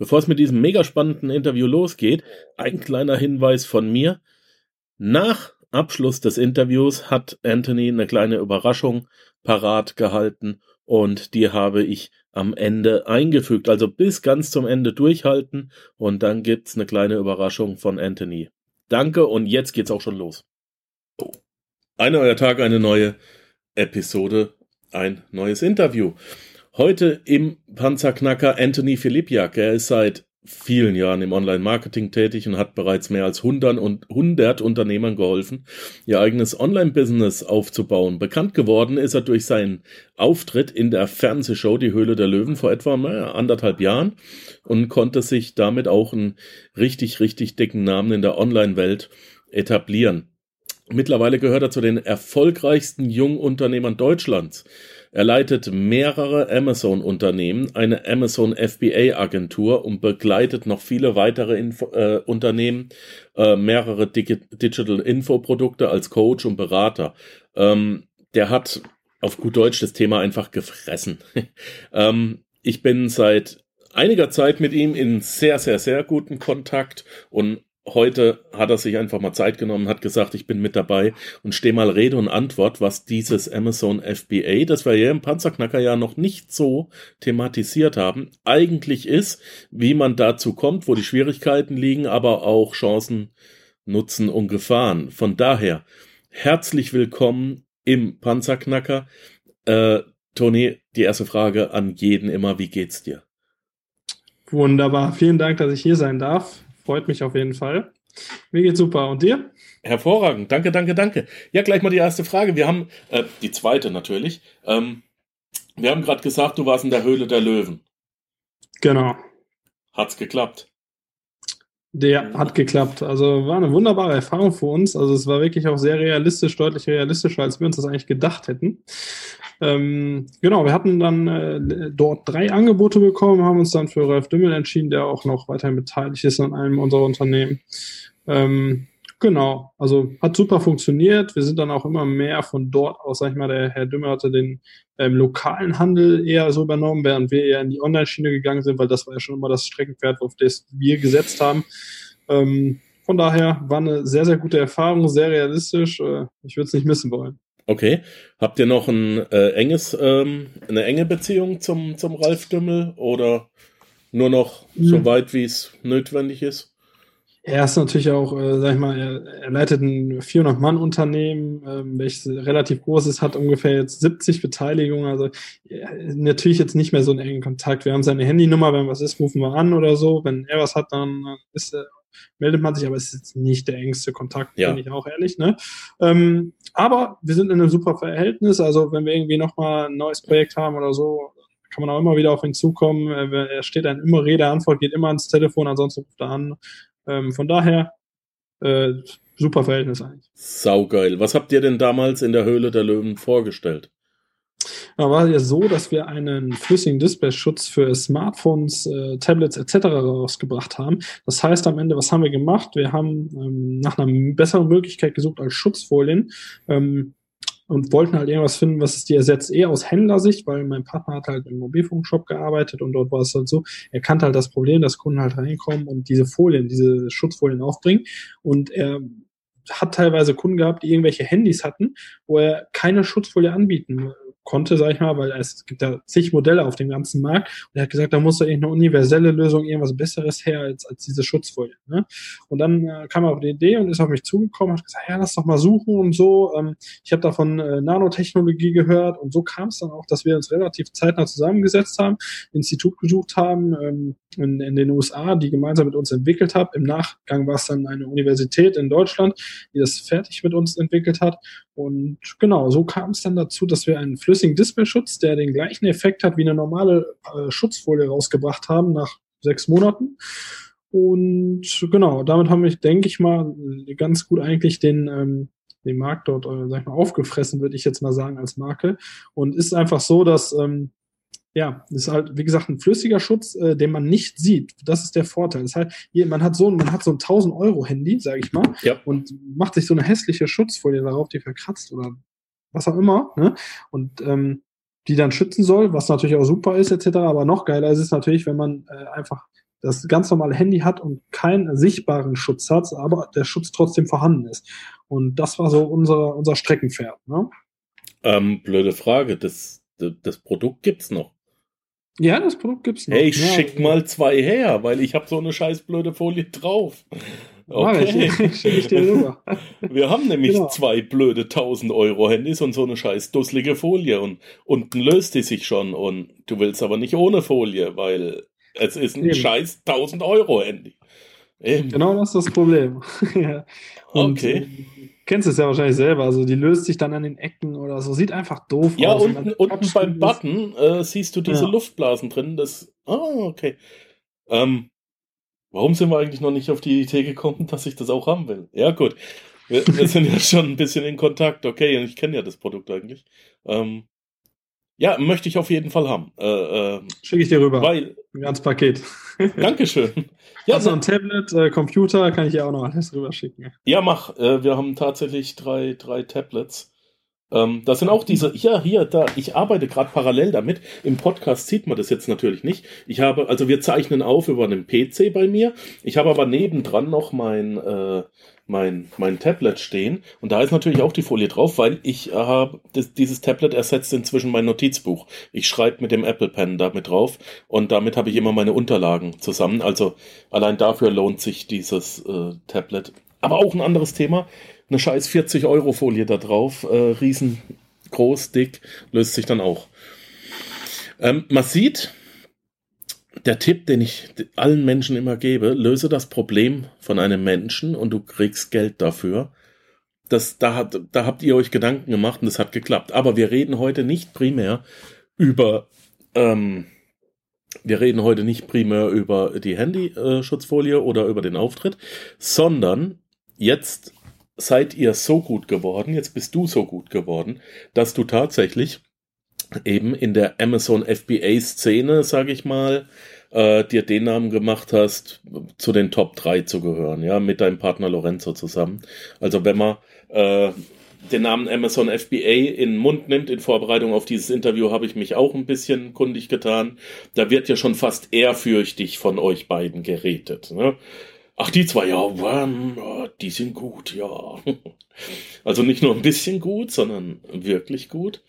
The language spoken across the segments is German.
Bevor es mit diesem mega spannenden Interview losgeht, ein kleiner Hinweis von mir. Nach Abschluss des Interviews hat Anthony eine kleine Überraschung parat gehalten und die habe ich am Ende eingefügt. Also bis ganz zum Ende durchhalten und dann gibt's eine kleine Überraschung von Anthony. Danke und jetzt geht's auch schon los. Ein neuer Tag, eine neue Episode, ein neues Interview. Heute im Panzerknacker Anthony Filipiak. Er ist seit vielen Jahren im Online-Marketing tätig und hat bereits mehr als 100 Unternehmern geholfen, ihr eigenes Online-Business aufzubauen. Bekannt geworden ist er durch seinen Auftritt in der Fernsehshow Die Höhle der Löwen vor etwa 1,5 Jahren und konnte sich damit auch einen richtig, richtig dicken Namen in der Online-Welt etablieren. Mittlerweile gehört er zu den erfolgreichsten Jungunternehmern Deutschlands. Er leitet mehrere Amazon-Unternehmen, eine Amazon FBA-Agentur und begleitet noch viele weitere Unternehmen, mehrere Digital-Info-Produkte als Coach und Berater. Der hat auf gut Deutsch das Thema einfach gefressen. Ich bin seit einiger Zeit mit ihm in sehr, sehr, sehr guten Kontakt und heute hat er sich einfach mal Zeit genommen, hat gesagt, ich bin mit dabei und stehe mal Rede und Antwort, was dieses Amazon FBA, das wir hier im Panzerknacker ja noch nicht so thematisiert haben, eigentlich ist, wie man dazu kommt, wo die Schwierigkeiten liegen, aber auch Chancen, Nutzen und Gefahren. Von daher, herzlich willkommen im Panzerknacker. Toni, die erste Frage an jeden immer, wie geht's dir? Wunderbar, vielen Dank, dass ich hier sein darf. Freut mich auf jeden Fall. Mir geht's super. Und dir? Hervorragend. Danke. Ja, gleich mal die erste Frage. Wir haben, die zweite natürlich. Wir haben gerade gesagt, du warst in der Höhle der Löwen. Genau. Hat's geklappt? Der hat geklappt. Also war eine wunderbare Erfahrung für uns. Also es war wirklich auch sehr realistisch, deutlich realistischer, als wir uns das eigentlich gedacht hätten. Genau, wir hatten dann dort 3 Angebote bekommen, haben uns dann für Ralf Dümmel entschieden, der auch noch weiterhin beteiligt ist an einem unserer Unternehmen. Genau, also hat super funktioniert. Wir sind dann auch immer mehr von dort aus, sag ich mal, der Herr Dümmel hatte den lokalen Handel eher so übernommen, während wir eher in die Online-Schiene gegangen sind, weil das war ja schon immer das Streckenpferd, auf das wir gesetzt haben. Von daher war eine sehr, sehr gute Erfahrung, sehr realistisch. Ich würde es nicht missen wollen. Okay. Habt ihr noch eine enge Beziehung zum Ralf Dümmel oder nur noch so weit, wie es notwendig ist? Er ist natürlich auch, sag ich mal, er leitet ein 400-Mann-Unternehmen, welches relativ groß ist, hat ungefähr jetzt 70 Beteiligungen, also natürlich jetzt nicht mehr so einen engen Kontakt. Wir haben seine Handynummer, wenn was ist, rufen wir an oder so. Wenn er was hat, dann meldet man sich, aber es ist jetzt nicht der engste Kontakt, bin ich auch ehrlich, ne? Aber wir sind in einem super Verhältnis, also wenn wir irgendwie nochmal ein neues Projekt haben oder so, kann man auch immer wieder auf ihn zukommen. Er steht dann immer Rede, Antwort, geht immer ans Telefon, ansonsten ruft er an. Von daher, super Verhältnis eigentlich. Saugeil. Was habt ihr denn damals in der Höhle der Löwen vorgestellt? Da war ja so, dass wir einen flüssigen Displayschutz für Smartphones, Tablets etc. rausgebracht haben. Das heißt am Ende, was haben wir gemacht? Wir haben nach einer besseren Möglichkeit gesucht als Schutzfolien und wollten halt irgendwas finden, was es die ersetzt, eher aus Händlersicht, weil mein Partner hat halt im Mobilfunkshop gearbeitet und dort war es halt so, er kannte halt das Problem, dass Kunden halt reinkommen und diese Schutzfolien aufbringen und er hat teilweise Kunden gehabt, die irgendwelche Handys hatten, wo er keine Schutzfolie anbieten konnte, sag ich mal, weil es gibt ja zig Modelle auf dem ganzen Markt und er hat gesagt, da muss da irgendeine universelle Lösung, irgendwas Besseres her als diese Schutzfolie. Ne? Und dann kam er auf die Idee und ist auf mich zugekommen und hat gesagt, ja, lass doch mal suchen und so. Ich habe da von Nanotechnologie gehört und so kam es dann auch, dass wir uns relativ zeitnah zusammengesetzt haben, ein Institut gesucht haben in den USA, die gemeinsam mit uns entwickelt hat. Im Nachgang war es dann eine Universität in Deutschland, die das fertig mit uns entwickelt hat. Und genau, so kam es dann dazu, dass wir einen flüssigen Displayschutz, der den gleichen Effekt hat wie eine normale Schutzfolie rausgebracht haben nach 6 Monaten. Und genau, damit haben wir, denke ich mal, ganz gut eigentlich den Markt dort, sag ich mal, aufgefressen, würde ich jetzt mal sagen, als Marke. Und ist einfach so, dass das ist halt, wie gesagt, ein flüssiger Schutz, den man nicht sieht. Das ist der Vorteil. Das heißt, man hat so ein 1.000-Euro-Handy, sage ich mal, und macht sich so eine hässliche Schutzfolie darauf, die verkratzt oder was auch immer, ne? Und die dann schützen soll, was natürlich auch super ist, etc. Aber noch geiler ist es natürlich, wenn man einfach das ganz normale Handy hat und keinen sichtbaren Schutz hat, aber der Schutz trotzdem vorhanden ist. Und das war so unser Streckenpferd. Ne? Blöde Frage, das Produkt gibt's noch. Ja, das Produkt gibt's noch. Hey, schick mal 2 her, weil ich habe so eine scheiß blöde Folie drauf. Okay. Schicke ich dir rüber. Wir haben nämlich Genau. 2 blöde 1.000-Euro-Handys und so eine scheiß dusselige Folie und unten löst die sich schon und du willst aber nicht ohne Folie, weil es ist ein Eben. scheiß 1.000-Euro-Handy. Genau das ist das Problem. Ja. Und, Okay. kennst es ja wahrscheinlich selber, also die löst sich dann an den Ecken oder so, sieht einfach doof Ja, aus. unten beim Button siehst du diese Ja. Luftblasen drin. Okay. Warum sind wir eigentlich noch nicht auf die Idee gekommen, dass ich das auch haben will? Ja, gut. Wir sind ja schon ein bisschen in Kontakt. Okay, und ich kenne ja das Produkt eigentlich. Ja, möchte ich auf jeden Fall haben. Schicke ich dir rüber. Weil, Ein ganzes Paket. Dankeschön. Ja, Hast du ein Tablet, Computer, kann ich dir auch noch alles rüber schicken. ja, mach. Wir haben tatsächlich 3 Tablets. Das sind auch diese, da, ich arbeite gerade parallel damit. Im Podcast sieht man das jetzt natürlich nicht. Wir zeichnen auf über einen PC bei mir. Ich habe aber nebendran noch mein Tablet stehen. Und da ist natürlich auch die Folie drauf, weil dieses Tablet ersetzt inzwischen mein Notizbuch. Ich schreibe mit dem Apple Pen damit drauf und damit habe ich immer meine Unterlagen zusammen. Also allein dafür lohnt sich dieses Tablet. Aber auch ein anderes Thema. Eine scheiß 40-Euro-Folie da drauf, riesengroß, dick, löst sich dann auch. Man sieht, der Tipp, den ich allen Menschen immer gebe, löse das Problem von einem Menschen und du kriegst Geld dafür. Da habt ihr euch Gedanken gemacht und das hat geklappt. Aber wir reden heute nicht primär über die Handyschutzfolie oder über den Auftritt, sondern jetzt seid ihr so gut geworden, jetzt bist du so gut geworden, dass du tatsächlich eben in der Amazon FBA-Szene, sage ich mal, dir den Namen gemacht hast, zu den Top 3 zu gehören, ja, mit deinem Partner Lorenzo zusammen. Also wenn man den Namen Amazon FBA in den Mund nimmt, in Vorbereitung auf dieses Interview, habe ich mich auch ein bisschen kundig getan. Da wird ja schon fast ehrfürchtig von euch beiden geredet, ne? Ach, die 2, ja, die sind gut, ja. Also nicht nur ein bisschen gut, sondern wirklich gut.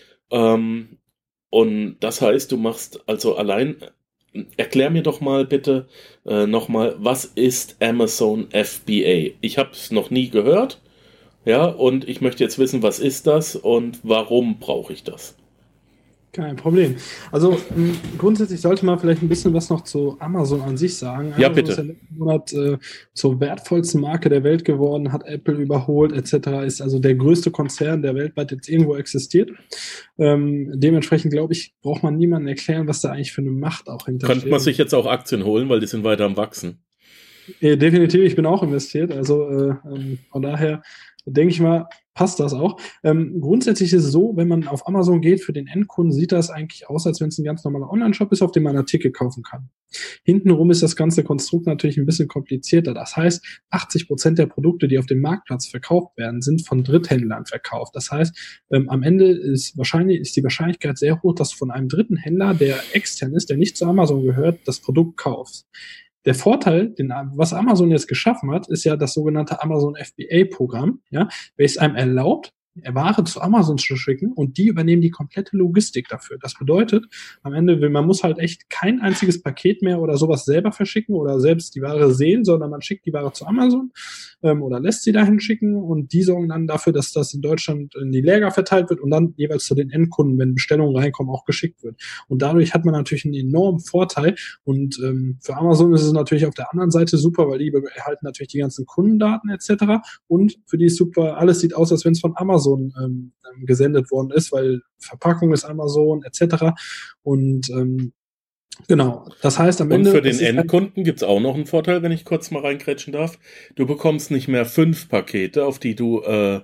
Und das heißt, du machst also allein, erklär mir doch mal bitte nochmal, was ist Amazon FBA? Ich habe es noch nie gehört, ja, und ich möchte jetzt wissen, was ist das und warum brauche ich das? Kein Problem. Also grundsätzlich sollte man vielleicht ein bisschen was noch zu Amazon an sich sagen. Ja, Amazon bitte. ist ja letzten Monat zur wertvollsten Marke der Welt geworden, hat Apple überholt etc., ist also der größte Konzern, der weltweit jetzt irgendwo existiert. Dementsprechend, glaube ich, braucht man niemandem erklären, was da eigentlich für eine Macht auch hintersteht. Könnte man sich jetzt auch Aktien holen, weil die sind weiter am Wachsen. Definitiv, ich bin auch investiert, also von daher denke ich mal, passt das auch. Grundsätzlich ist es so, wenn man auf Amazon geht, für den Endkunden sieht das eigentlich aus, als wenn es ein ganz normaler Online-Shop ist, auf dem man Artikel kaufen kann. Hintenrum ist das ganze Konstrukt natürlich ein bisschen komplizierter. Das heißt, 80% der Produkte, die auf dem Marktplatz verkauft werden, sind von Dritthändlern verkauft. Das heißt, am Ende ist die Wahrscheinlichkeit sehr hoch, dass du von einem dritten Händler, der extern ist, der nicht zu Amazon gehört, das Produkt kaufst. Der Vorteil, was Amazon jetzt geschaffen hat, ist ja das sogenannte Amazon FBA-Programm, ja, welches einem erlaubt, Ware zu Amazon zu schicken und die übernehmen die komplette Logistik dafür. Das bedeutet, am Ende man muss halt echt kein einziges Paket mehr oder sowas selber verschicken oder selbst die Ware sehen, sondern man schickt die Ware zu Amazon oder lässt sie dahin schicken und die sorgen dann dafür, dass das in Deutschland in die Lager verteilt wird und dann jeweils zu den Endkunden, wenn Bestellungen reinkommen, auch geschickt wird. Und dadurch hat man natürlich einen enormen Vorteil und für Amazon ist es natürlich auf der anderen Seite super, weil die erhalten natürlich die ganzen Kundendaten etc. und für die ist super, alles sieht aus, als wenn es von Amazon gesendet worden ist, weil Verpackung ist Amazon etc. Und genau, das heißt am Ende... Und für den Endkunden gibt's auch noch einen Vorteil, wenn ich kurz mal reingrätschen darf. Du bekommst nicht mehr 5 Pakete, auf die du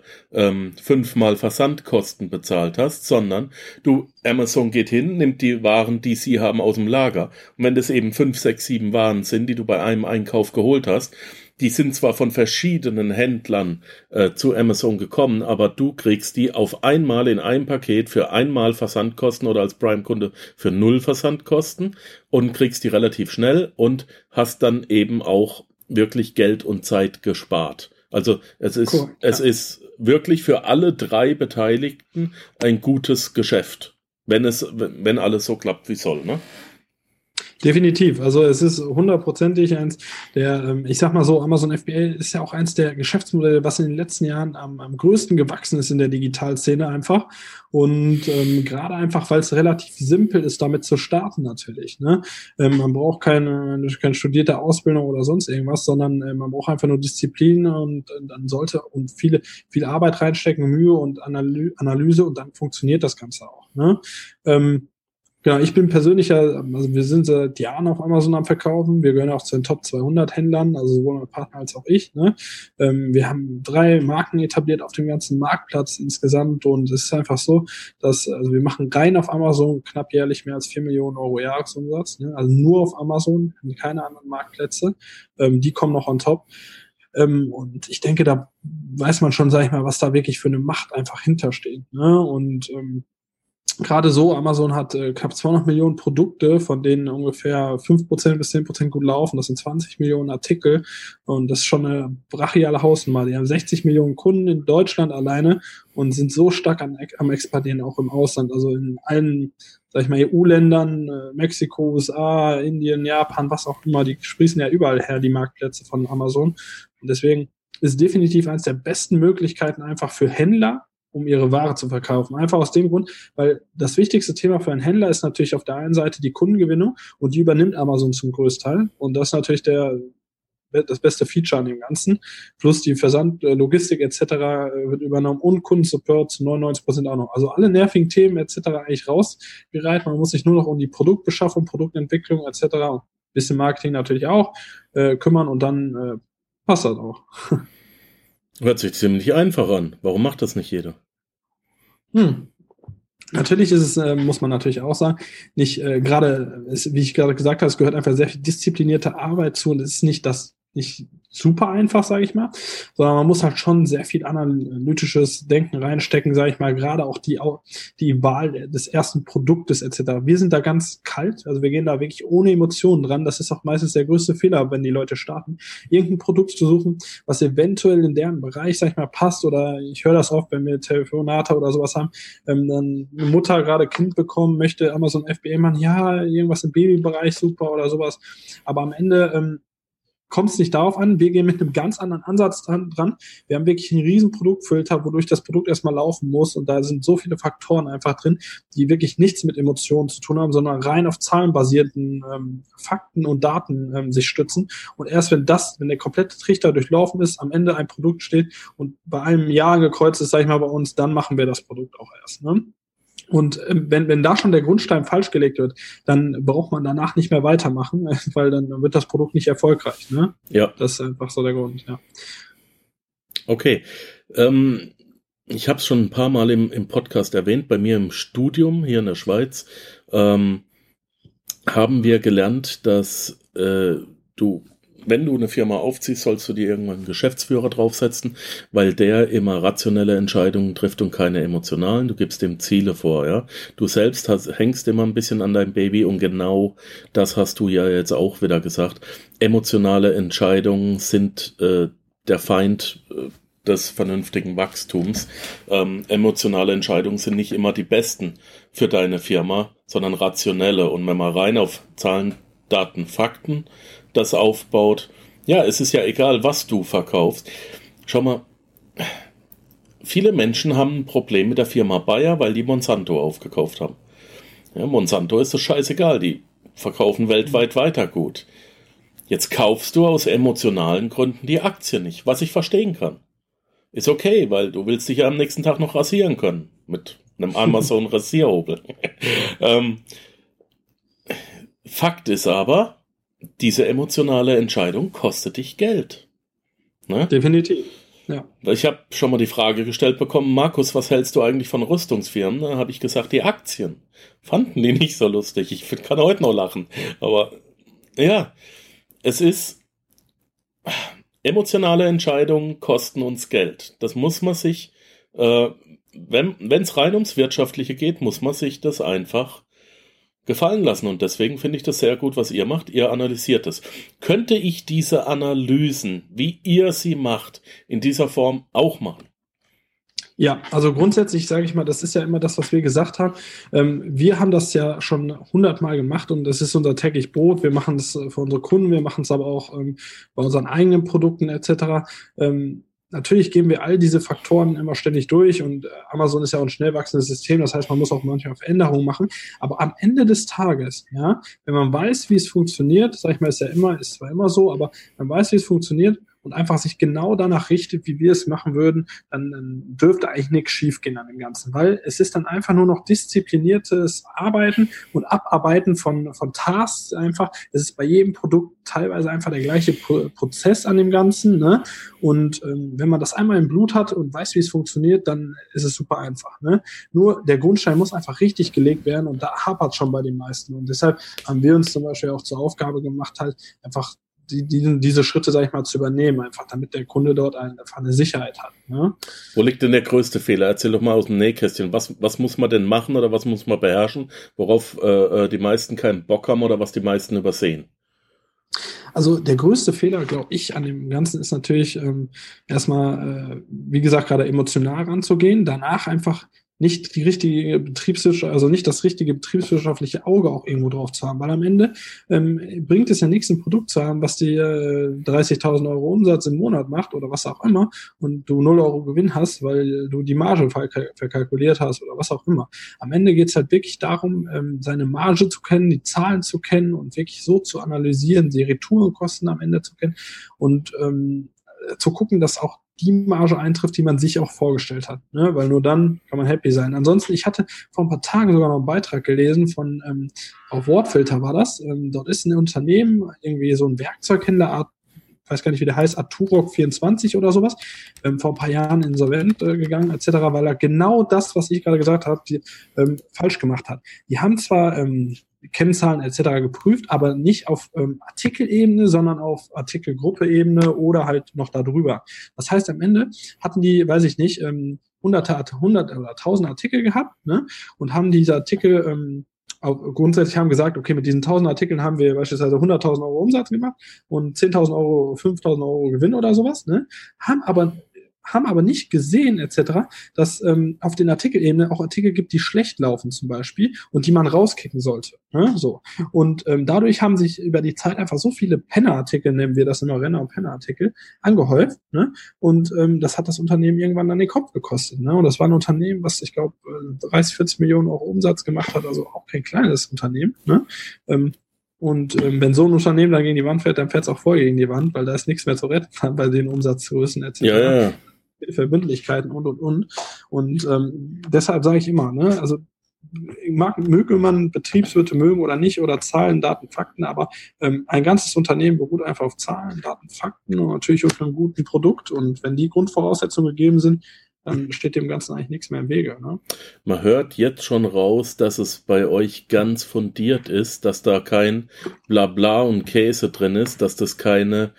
5-mal Versandkosten bezahlt hast, sondern Amazon geht hin, nimmt die Waren, die sie haben, aus dem Lager. Und wenn das eben 5, 6, 7 Waren sind, die du bei einem Einkauf geholt hast, die sind zwar von verschiedenen Händlern zu Amazon gekommen, aber du kriegst die auf einmal in einem Paket für einmal Versandkosten oder als Prime-Kunde für 0 Versandkosten und kriegst die relativ schnell und hast dann eben auch wirklich Geld und Zeit gespart. Also es ist, Cool, es ist wirklich für alle 3 Beteiligten ein gutes Geschäft, wenn alles so klappt, wie soll, ne? Definitiv. Also es ist hundertprozentig eins der, ich sag mal so, Amazon FBA ist ja auch eins der Geschäftsmodelle, was in den letzten Jahren am größten gewachsen ist in der Digitalszene einfach. Und gerade einfach, weil es relativ simpel ist, damit zu starten natürlich. Ne? Man braucht keine studierte Ausbildung oder sonst irgendwas, sondern man braucht einfach nur Disziplin und dann sollte und viel Arbeit reinstecken, Mühe und Analyse und dann funktioniert das Ganze auch. Ne? Genau, ich bin persönlicher, also wir sind seit Jahren auf Amazon am Verkaufen. Wir gehören auch zu den Top 200 Händlern, also sowohl mein Partner als auch ich. Ne? Wir haben 3 Marken etabliert auf dem ganzen Marktplatz insgesamt und es ist einfach so, dass also wir machen rein auf Amazon knapp jährlich mehr als 4 Millionen Euro Jahresumsatz. Ne? Also nur auf Amazon, keine anderen Marktplätze. Die kommen noch on top. Und ich denke, da weiß man schon, sag ich mal, was da wirklich für eine Macht einfach hintersteht. Ne? Und gerade so, Amazon hat knapp 200 Millionen Produkte, von denen ungefähr 5% bis 10% gut laufen. Das sind 20 Millionen Artikel und das ist schon eine brachiale Hausnummer. Die haben 60 Millionen Kunden in Deutschland alleine und sind so stark am Expandieren auch im Ausland. Also in allen, sag ich mal, EU-Ländern, Mexiko, USA, Indien, Japan, was auch immer, die sprießen ja überall her, die Marktplätze von Amazon. Und deswegen ist definitiv eines der besten Möglichkeiten einfach für Händler, um ihre Ware zu verkaufen. Einfach aus dem Grund, weil das wichtigste Thema für einen Händler ist natürlich auf der einen Seite die Kundengewinnung und die übernimmt Amazon zum Großteil. Und das ist natürlich das beste Feature an dem Ganzen. Plus die Versand, Logistik etc. Wird übernommen und Kundensupport zu 99% auch noch. Also alle nervigen Themen etc. eigentlich rausgereiht. Man muss sich nur noch um die Produktbeschaffung, Produktentwicklung etc. ein bisschen Marketing natürlich auch kümmern und dann passt das auch. Hört sich ziemlich einfach an. Warum macht das nicht jeder? Natürlich ist es, muss man natürlich auch sagen, nicht wie ich gerade gesagt habe, es gehört einfach sehr viel disziplinierte Arbeit zu und es ist nicht super einfach, sage ich mal, sondern man muss halt schon sehr viel analytisches Denken reinstecken, sage ich mal, gerade auch die Wahl des ersten Produktes etc. Wir sind da ganz kalt, also wir gehen da wirklich ohne Emotionen dran. Das ist auch meistens der größte Fehler, wenn die Leute starten, irgendein Produkt zu suchen, was eventuell in deren Bereich, sag ich mal, passt oder ich höre das oft, wenn wir Telefonate oder sowas haben, dann eine Mutter gerade Kind bekommen, möchte Amazon FBA machen, ja, irgendwas im Babybereich super oder sowas, aber am Ende kommt es nicht darauf an, wir gehen mit einem ganz anderen Ansatz dran. Wir haben wirklich einen riesen Produktfilter, wodurch das Produkt erstmal laufen muss und da sind so viele Faktoren einfach drin, die wirklich nichts mit Emotionen zu tun haben, sondern rein auf zahlenbasierten Fakten und Daten sich stützen und erst wenn der komplette Trichter durchlaufen ist, am Ende ein Produkt steht und bei einem Ja gekreuzt ist, sag ich mal bei uns, dann machen wir das Produkt auch erst, ne? Und wenn da schon der Grundstein falsch gelegt wird, dann braucht man danach nicht mehr weitermachen, weil dann wird das Produkt nicht erfolgreich. Ne? Ja. Das ist einfach so der Grund, ja. Okay. Ich habe es schon ein paar Mal im Podcast erwähnt. Bei mir im Studium hier in der Schweiz haben wir gelernt, dass wenn du eine Firma aufziehst, sollst du dir irgendwann einen Geschäftsführer draufsetzen, weil der immer rationelle Entscheidungen trifft und keine emotionalen. Du gibst dem Ziele vor, ja. Du selbst hängst immer ein bisschen an deinem Baby und genau das hast du ja jetzt auch wieder gesagt. Emotionale Entscheidungen sind der Feind des vernünftigen Wachstums. Emotionale Entscheidungen sind nicht immer die besten für deine Firma, sondern rationelle. Und wenn man rein auf Zahlen, Daten, Fakten das aufbaut, ja, es ist ja egal, was du verkaufst. Schau mal, viele Menschen haben ein Problem mit der Firma Bayer, weil die Monsanto aufgekauft haben. Ja, Monsanto ist das scheißegal, die verkaufen weltweit weiter gut. Jetzt kaufst du aus emotionalen Gründen die Aktie nicht, was ich verstehen kann. Ist okay, weil du willst dich ja am nächsten Tag noch rasieren können. Mit einem Amazon-Rasierhobel. Fakt ist aber, diese emotionale Entscheidung kostet dich Geld. Ne? Definitiv, ja. Ich habe schon mal die Frage gestellt bekommen, Markus, was hältst du eigentlich von Rüstungsfirmen? Da habe ich gesagt, die Aktien. Fanden die nicht so lustig. Ich kann heute noch lachen. Aber ja, es ist emotionale Entscheidungen kosten uns Geld. Das muss man sich, wenn es rein ums Wirtschaftliche geht, muss man sich das einfach gefallen lassen. Und deswegen finde ich das sehr gut, was ihr macht. Ihr analysiert es. Könnte ich diese Analysen, wie ihr sie macht, in dieser Form auch machen? Ja, also grundsätzlich sage ich mal, das ist ja immer das, was wir gesagt haben. Wir haben das ja schon 100-mal gemacht und das ist unser täglich Brot. Wir machen das für unsere Kunden, wir machen es aber auch bei unseren eigenen Produkten etc. Natürlich gehen wir all diese Faktoren immer ständig durch und Amazon ist ja auch ein schnell wachsendes System, das heißt, man muss auch manchmal Veränderungen machen. Aber am Ende des Tages, ja, wenn man weiß, wie es funktioniert, sag ich mal, ist zwar immer so, aber man weiß, wie es funktioniert und einfach sich genau danach richtet, wie wir es machen würden, dann dürfte eigentlich nichts schiefgehen an dem Ganzen, weil es ist dann einfach nur noch diszipliniertes Arbeiten und Abarbeiten von Tasks einfach. Es ist bei jedem Produkt teilweise einfach der gleiche Prozess an dem Ganzen, ne? Und wenn man das einmal im Blut hat und weiß, wie es funktioniert, dann ist es super einfach, ne? Nur der Grundstein muss einfach richtig gelegt werden und da hapert schon bei den meisten und deshalb haben wir uns zum Beispiel auch zur Aufgabe gemacht, halt einfach diese Schritte, sag ich mal, zu übernehmen, einfach damit der Kunde dort einfach eine Sicherheit hat. Ne? Wo liegt denn der größte Fehler? Erzähl doch mal aus dem Nähkästchen. Was muss man denn machen oder was muss man beherrschen, worauf die meisten keinen Bock haben oder was die meisten übersehen? Also der größte Fehler, glaube ich, an dem Ganzen ist natürlich erstmal, wie gesagt, gerade emotional ranzugehen, danach einfach nicht die richtige also nicht das richtige betriebswirtschaftliche Auge auch irgendwo drauf zu haben, weil am Ende bringt es ja nichts, ein Produkt zu haben, was dir 30.000 Euro Umsatz im Monat macht oder was auch immer und du 0 Euro Gewinn hast, weil du die Marge verkalkuliert hast oder was auch immer. Am Ende geht es halt wirklich darum, seine Marge zu kennen, die Zahlen zu kennen und wirklich so zu analysieren, die Retourenkosten am Ende zu kennen und zu gucken, dass auch die Marge eintrifft, die man sich auch vorgestellt hat, ne? Weil nur dann kann man happy sein. Ansonsten, ich hatte vor ein paar Tagen sogar noch einen Beitrag gelesen von, auf Wortfilter war das, dort ist ein Unternehmen, irgendwie so ein Werkzeughändler, ich weiß gar nicht, wie der heißt, Arturok24 oder sowas, vor ein paar Jahren insolvent gegangen, etc., weil er genau das, was ich gerade gesagt habe, falsch gemacht hat. Die haben zwar Kennzahlen etc. geprüft, aber nicht auf Artikelebene, sondern auf Artikelgruppe-Ebene oder halt noch darüber. Das heißt, am Ende hatten die, weiß ich nicht, 100 oder 1000 Artikel gehabt, ne, und haben diese Artikel grundsätzlich haben gesagt, okay, mit diesen 1000 Artikeln haben wir beispielsweise 100.000 Euro Umsatz gemacht und 10.000 Euro, 5.000 Euro Gewinn oder sowas, ne, haben aber nicht gesehen etc., dass auf den Artikelebene auch Artikel gibt, die schlecht laufen zum Beispiel und die man rauskicken sollte. Ne? So. Und dadurch haben sich über die Zeit einfach so viele Penner-Artikel, nennen wir das immer, Renner- und Penner-Artikel, angehäuft. Ne? Und das hat das Unternehmen irgendwann dann den Kopf gekostet. Ne? Und das war ein Unternehmen, was, ich glaube, 30, 40 Millionen Euro Umsatz gemacht hat, also auch kein kleines Unternehmen. Ne? Wenn so ein Unternehmen dann gegen die Wand fährt, dann fährt es auch voll gegen die Wand, weil da ist nichts mehr zu retten bei den Umsatzgrößen etc. Ja. Verbindlichkeiten und. Und deshalb sage ich immer, ne, also möge man Betriebswirte mögen oder nicht oder Zahlen, Daten, Fakten, aber ein ganzes Unternehmen beruht einfach auf Zahlen, Daten, Fakten und natürlich auf einem guten Produkt. Und wenn die Grundvoraussetzungen gegeben sind, dann steht dem Ganzen eigentlich nichts mehr im Wege. Ne? Man hört jetzt schon raus, dass es bei euch ganz fundiert ist, dass da kein Blabla und Käse drin ist, dass das keine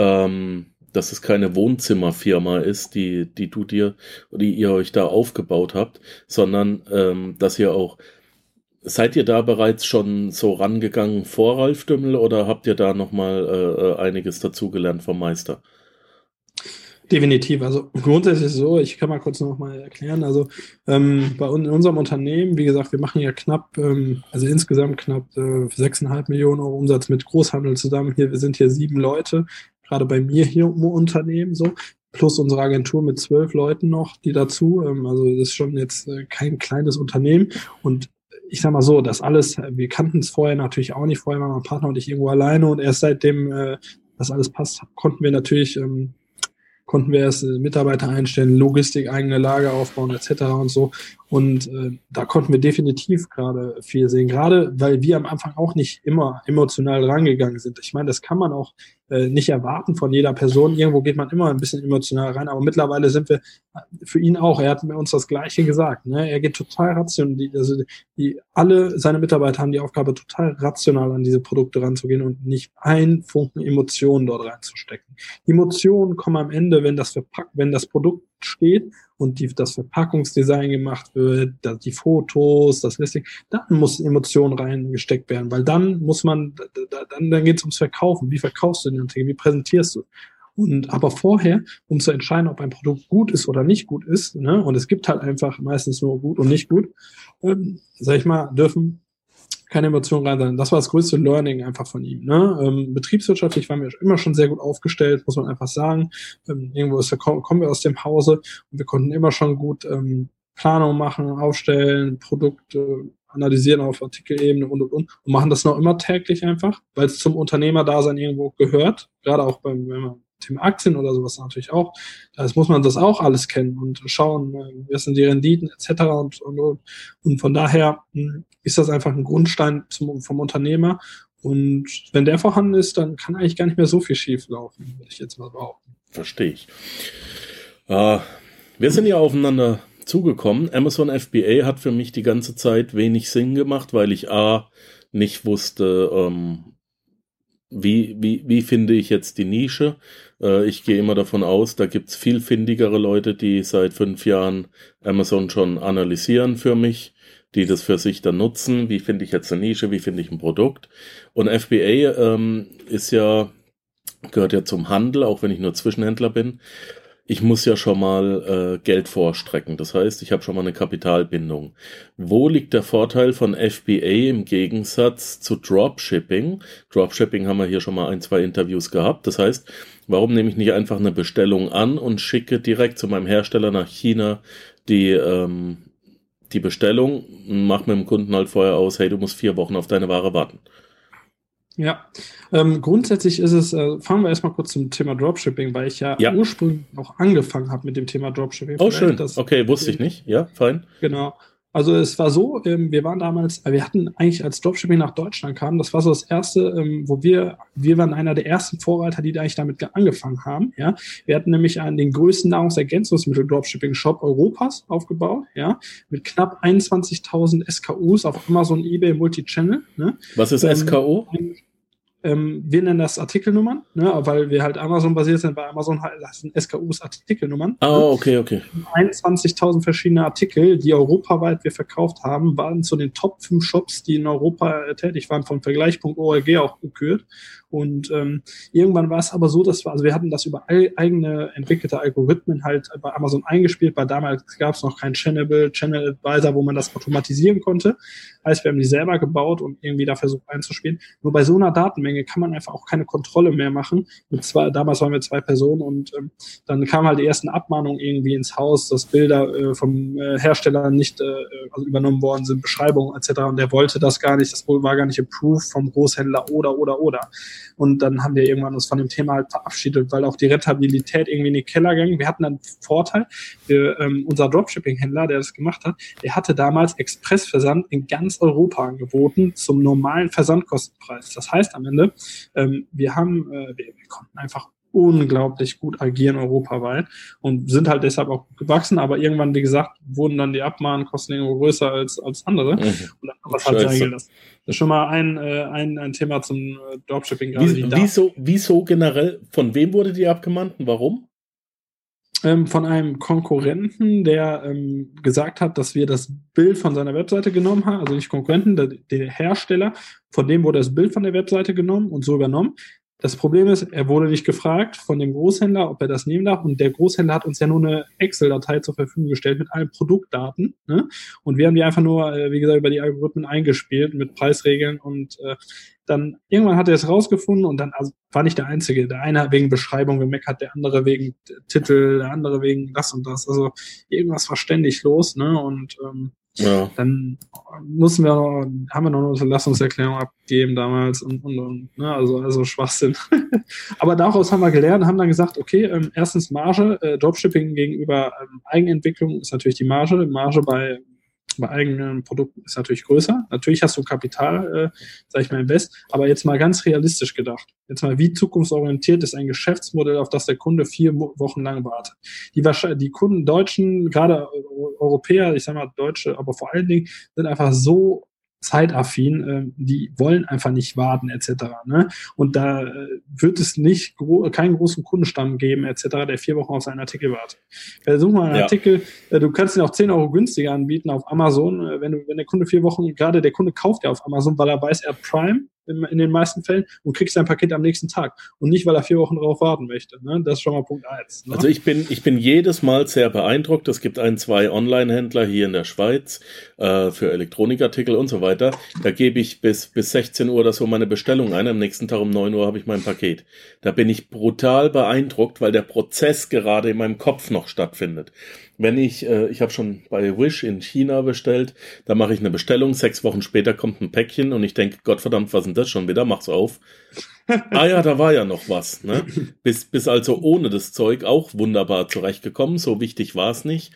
Wohnzimmerfirma ist, die ihr euch da aufgebaut habt, sondern dass ihr auch, seid ihr da bereits schon so rangegangen vor Ralf Dümmel oder habt ihr da nochmal einiges dazugelernt vom Meister? Definitiv. Also grundsätzlich so, ich kann mal kurz noch mal erklären. Also bei uns in unserem Unternehmen, wie gesagt, wir machen ja insgesamt knapp 6,5 Millionen Euro Umsatz mit Großhandel zusammen. Wir sind hier 7 Leute, gerade bei mir hier im Unternehmen so. Plus unsere Agentur mit 12 Leuten noch, die dazu. Also das ist schon jetzt kein kleines Unternehmen. Und ich sag mal so, das alles, wir kannten es vorher natürlich auch nicht. Vorher war mein Partner und ich irgendwo alleine und erst seitdem das alles passt, konnten wir erst Mitarbeiter einstellen, Logistik, eigene Lager aufbauen etc. und so. Und da konnten wir definitiv gerade viel sehen. Gerade weil wir am Anfang auch nicht immer emotional rangegangen sind. Ich meine, das kann man auch nicht erwarten von jeder Person. Irgendwo geht man immer ein bisschen emotional rein, aber mittlerweile sind wir für ihn auch, er hat mir uns das Gleiche gesagt, ne? Er geht total rational, alle seine Mitarbeiter haben die Aufgabe, total rational an diese Produkte ranzugehen und nicht einen Funken Emotionen dort reinzustecken. Emotionen kommen am Ende, wenn das Produkt steht und das Verpackungsdesign gemacht wird, die Fotos, das Listing, dann muss Emotion reingesteckt werden, weil dann muss man, dann geht es ums Verkaufen. Wie verkaufst du den Artikel? Wie präsentierst du? Aber vorher, um zu entscheiden, ob ein Produkt gut ist oder nicht gut ist, ne, und es gibt halt einfach meistens nur gut und nicht gut, sag ich mal, dürfen keine Emotionen rein sein. Das war das größte Learning einfach von ihm. Ne? Betriebswirtschaftlich waren wir immer schon sehr gut aufgestellt, muss man einfach sagen. Irgendwo kommen wir aus dem Hause und wir konnten immer schon gut Planung machen, aufstellen, Produkte analysieren auf Artikelebene und machen das noch immer täglich einfach, weil es zum Unternehmerdasein irgendwo gehört, gerade auch wenn man Thema Aktien oder sowas natürlich auch. Das muss man das auch alles kennen und schauen, wie sind die Renditen etc. Und von daher ist das einfach ein Grundstein vom Unternehmer. Und wenn der vorhanden ist, dann kann eigentlich gar nicht mehr so viel schief laufen, würde ich jetzt mal behaupten. Verstehe ich. Wir sind ja aufeinander zugekommen. Amazon FBA hat für mich die ganze Zeit wenig Sinn gemacht, weil ich nicht wusste, wie finde ich jetzt die Nische. Ich gehe immer davon aus, da gibt's viel findigere Leute, die seit 5 Jahren Amazon schon analysieren für mich, die das für sich dann nutzen. Wie finde ich jetzt eine Nische, wie finde ich ein Produkt? Und FBA gehört ja zum Handel, auch wenn ich nur Zwischenhändler bin. Ich muss ja schon mal Geld vorstrecken. Das heißt, ich habe schon mal eine Kapitalbindung. Wo liegt der Vorteil von FBA im Gegensatz zu Dropshipping? Dropshipping haben wir hier schon mal 1-2 Interviews gehabt. Das heißt, warum nehme ich nicht einfach eine Bestellung an und schicke direkt zu meinem Hersteller nach China die Bestellung und mache mit dem Kunden halt vorher aus, hey, du musst 4 Wochen auf deine Ware warten. Ja, grundsätzlich ist es, fangen wir erstmal kurz zum Thema Dropshipping, weil ich ja ursprünglich auch angefangen habe mit dem Thema Dropshipping. Oh, schön. Okay, wusste ich nicht. Ja, fein. Genau. Also es war so, wir hatten eigentlich, als Dropshipping nach Deutschland kam, das war so das erste, wo wir waren einer der ersten Vorreiter, die da eigentlich damit angefangen haben, ja. Wir hatten nämlich den größten Nahrungsergänzungsmittel-Dropshipping-Shop Europas aufgebaut, ja, mit knapp 21.000 SKUs auf Amazon, eBay, Multichannel, ne. Was ist SKU? Wir nennen das Artikelnummern, ne, weil wir halt Amazon-basiert sind. Bei Amazon sind SKUs Artikelnummern. Okay. 21.000 verschiedene Artikel, die europaweit wir verkauft haben, waren zu den Top 5 Shops, die in Europa tätig waren, von Vergleich.org auch gekürt. Und irgendwann war es aber so, wir hatten das über eigene entwickelte Algorithmen halt bei Amazon eingespielt, weil damals gab es noch kein Channel Advisor, wo man das automatisieren konnte. Heißt, wir haben die selber gebaut und irgendwie da versucht einzuspielen. Nur bei so einer Datenmenge kann man einfach auch keine Kontrolle mehr machen. Damals waren wir 2 Personen und dann kamen halt die ersten Abmahnungen irgendwie ins Haus, dass Bilder vom Hersteller nicht übernommen worden sind, Beschreibungen etc. Und der wollte das gar nicht, das war gar nicht approved vom Großhändler oder. Und dann haben wir irgendwann uns von dem Thema halt verabschiedet, weil auch die Rentabilität irgendwie in den Keller ging. Wir hatten einen Vorteil, unser Dropshipping-Händler, der das gemacht hat, der hatte damals Expressversand in ganz Europa angeboten zum normalen Versandkostenpreis. Das heißt am Ende, wir konnten einfach unglaublich gut agieren europaweit und sind halt deshalb auch gut gewachsen, aber irgendwann, wie gesagt, wurden dann die Abmahnkosten irgendwo größer als andere und dann haben wir es halt sein gelassen. Das ist schon mal ein Thema zum Dropshipping. Wieso generell, von wem wurde die abgemahnt und warum? Von einem Konkurrenten, der gesagt hat, dass wir das Bild von seiner Webseite genommen haben, also nicht Konkurrenten, der Hersteller, von dem wurde das Bild von der Webseite genommen und so übernommen. Das Problem ist, er wurde nicht gefragt von dem Großhändler, ob er das nehmen darf. Und der Großhändler hat uns ja nur eine Excel-Datei zur Verfügung gestellt mit allen Produktdaten. Ne? Und wir haben die einfach nur, wie gesagt, über die Algorithmen eingespielt mit Preisregeln. Und dann irgendwann hat er es rausgefunden und dann war nicht der Einzige. Der eine wegen Beschreibung gemeckert, der andere wegen Titel, der andere wegen das und das. Also irgendwas war ständig los. Ne? Und dann haben wir noch eine Unterlassungserklärung abgegeben damals und ne, also Schwachsinn. Aber daraus haben wir gelernt, haben dann gesagt, okay, erstens Marge, Dropshipping gegenüber Eigenentwicklung ist natürlich die Marge bei Kosten bei eigenen Produkten ist natürlich größer. Natürlich hast du Kapital, sag ich mal, Invest, aber jetzt mal ganz realistisch gedacht. Jetzt mal, wie zukunftsorientiert ist ein Geschäftsmodell, auf das der Kunde 4 Wochen lang wartet? Die Kunden, Deutschen, gerade Europäer, ich sag mal Deutsche, aber vor allen Dingen sind einfach so zeitaffin, die wollen einfach nicht warten etc. Ne? Und da wird es nicht keinen großen Kundenstamm geben etc., der 4 Wochen auf seinen Artikel wartet. Such mal einen Artikel, du kannst ihn auch 10 Euro günstiger anbieten auf Amazon, wenn der Kunde 4 Wochen, gerade der Kunde kauft ja auf Amazon, weil er weiß, er hat Prime in den meisten Fällen und kriegt sein Paket am nächsten Tag und nicht, weil er 4 Wochen drauf warten möchte. Ne? Das ist schon mal Punkt 1. Ne? Also ich bin jedes Mal sehr beeindruckt. Es gibt 2 Online-Händler hier in der Schweiz für Elektronikartikel und so weiter. Da gebe ich bis 16 Uhr oder so meine Bestellung ein. Am nächsten Tag um 9 Uhr habe ich mein Paket. Da bin ich brutal beeindruckt, weil der Prozess gerade in meinem Kopf noch stattfindet. Wenn ich habe schon bei Wish in China bestellt, da mache ich eine Bestellung, 6 Wochen später kommt ein Päckchen und ich denke, Gottverdammt, was ist denn das schon wieder? Mach's auf. Ah ja, da war ja noch was. Ne? Bis also ohne das Zeug auch wunderbar zurechtgekommen, so wichtig war es nicht.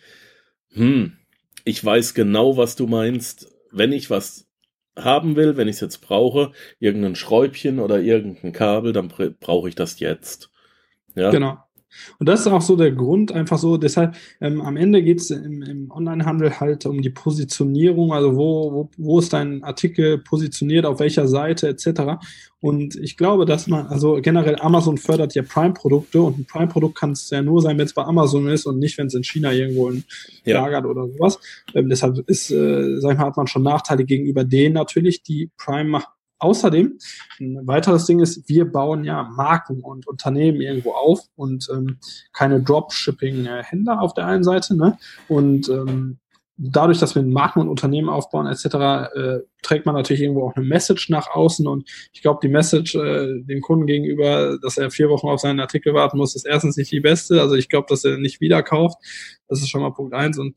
Ich weiß genau, was du meinst. Wenn ich was haben will, wenn ich es jetzt brauche, irgendein Schräubchen oder irgendein Kabel, dann brauche ich das jetzt. Ja? Genau. Und das ist auch so der Grund, einfach so, deshalb am Ende geht es im Onlinehandel halt um die Positionierung, also wo ist dein Artikel positioniert, auf welcher Seite etc. Und ich glaube, dass man, also generell Amazon fördert ja Prime-Produkte und ein Prime-Produkt kann es ja nur sein, wenn es bei Amazon ist und nicht, wenn es in China irgendwo lagert oder sowas. Deshalb ist, sag ich mal, hat man schon Nachteile gegenüber denen natürlich, die Prime machen. Außerdem, ein weiteres Ding ist, wir bauen ja Marken und Unternehmen irgendwo auf und keine Dropshipping-Händler auf der einen Seite. Ne? Und dadurch, dass wir Marken und Unternehmen aufbauen etc., trägt man natürlich irgendwo auch eine Message nach außen. Und ich glaube, die Message dem Kunden gegenüber, dass er 4 Wochen auf seinen Artikel warten muss, ist erstens nicht die beste. Also ich glaube, dass er nicht wieder kauft. Das ist schon mal Punkt 1. Und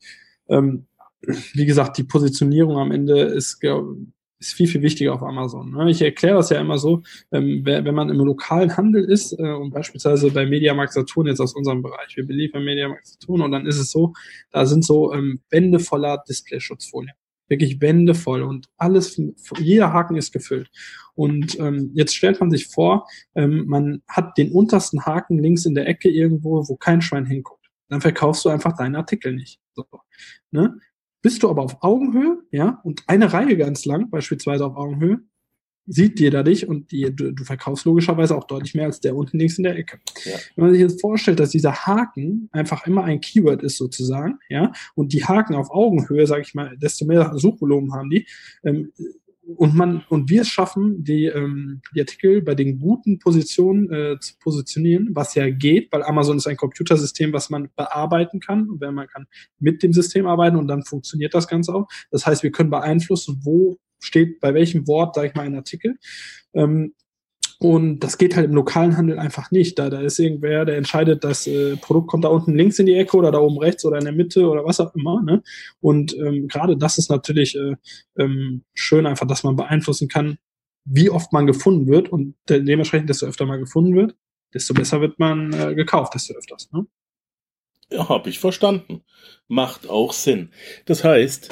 wie gesagt, die Positionierung am Ende ist viel, viel wichtiger auf Amazon. Ne? Ich erkläre das ja immer so, wenn man im lokalen Handel ist und beispielsweise bei Mediamarkt Saturn jetzt aus unserem Bereich, wir beliefern Mediamarkt Saturn und dann ist es so, da sind so Wände voller Displayschutzfolien. Wirklich Wände voll und alles, jeder Haken ist gefüllt. Und jetzt stellt man sich vor, man hat den untersten Haken links in der Ecke irgendwo, wo kein Schwein hinguckt. Dann verkaufst du einfach deinen Artikel nicht. So, ne? Bist du aber auf Augenhöhe, ja, und eine Reihe ganz lang, beispielsweise auf Augenhöhe, sieht jeder dich und du verkaufst logischerweise auch deutlich mehr als der unten links in der Ecke. Ja. Wenn man sich jetzt vorstellt, dass dieser Haken einfach immer ein Keyword ist sozusagen, ja, und die Haken auf Augenhöhe, sage ich mal, desto mehr Suchvolumen haben die, und wir es schaffen, die Artikel bei den guten Positionen zu positionieren, was ja geht, weil Amazon ist ein Computersystem, was man bearbeiten kann und man kann mit dem System arbeiten und dann funktioniert das Ganze auch. Das heißt, wir können beeinflussen, wo steht bei welchem Wort, sage ich mal, ein Artikel. Und das geht halt im lokalen Handel einfach nicht. Da ist irgendwer, der entscheidet, das Produkt kommt da unten links in die Ecke oder da oben rechts oder in der Mitte oder was auch immer. Ne? Und gerade das ist natürlich schön einfach, dass man beeinflussen kann, wie oft man gefunden wird. Und dementsprechend, desto öfter man gefunden wird, desto besser wird man gekauft, desto öfters. Ne? Ja, habe ich verstanden. Macht auch Sinn. Das heißt,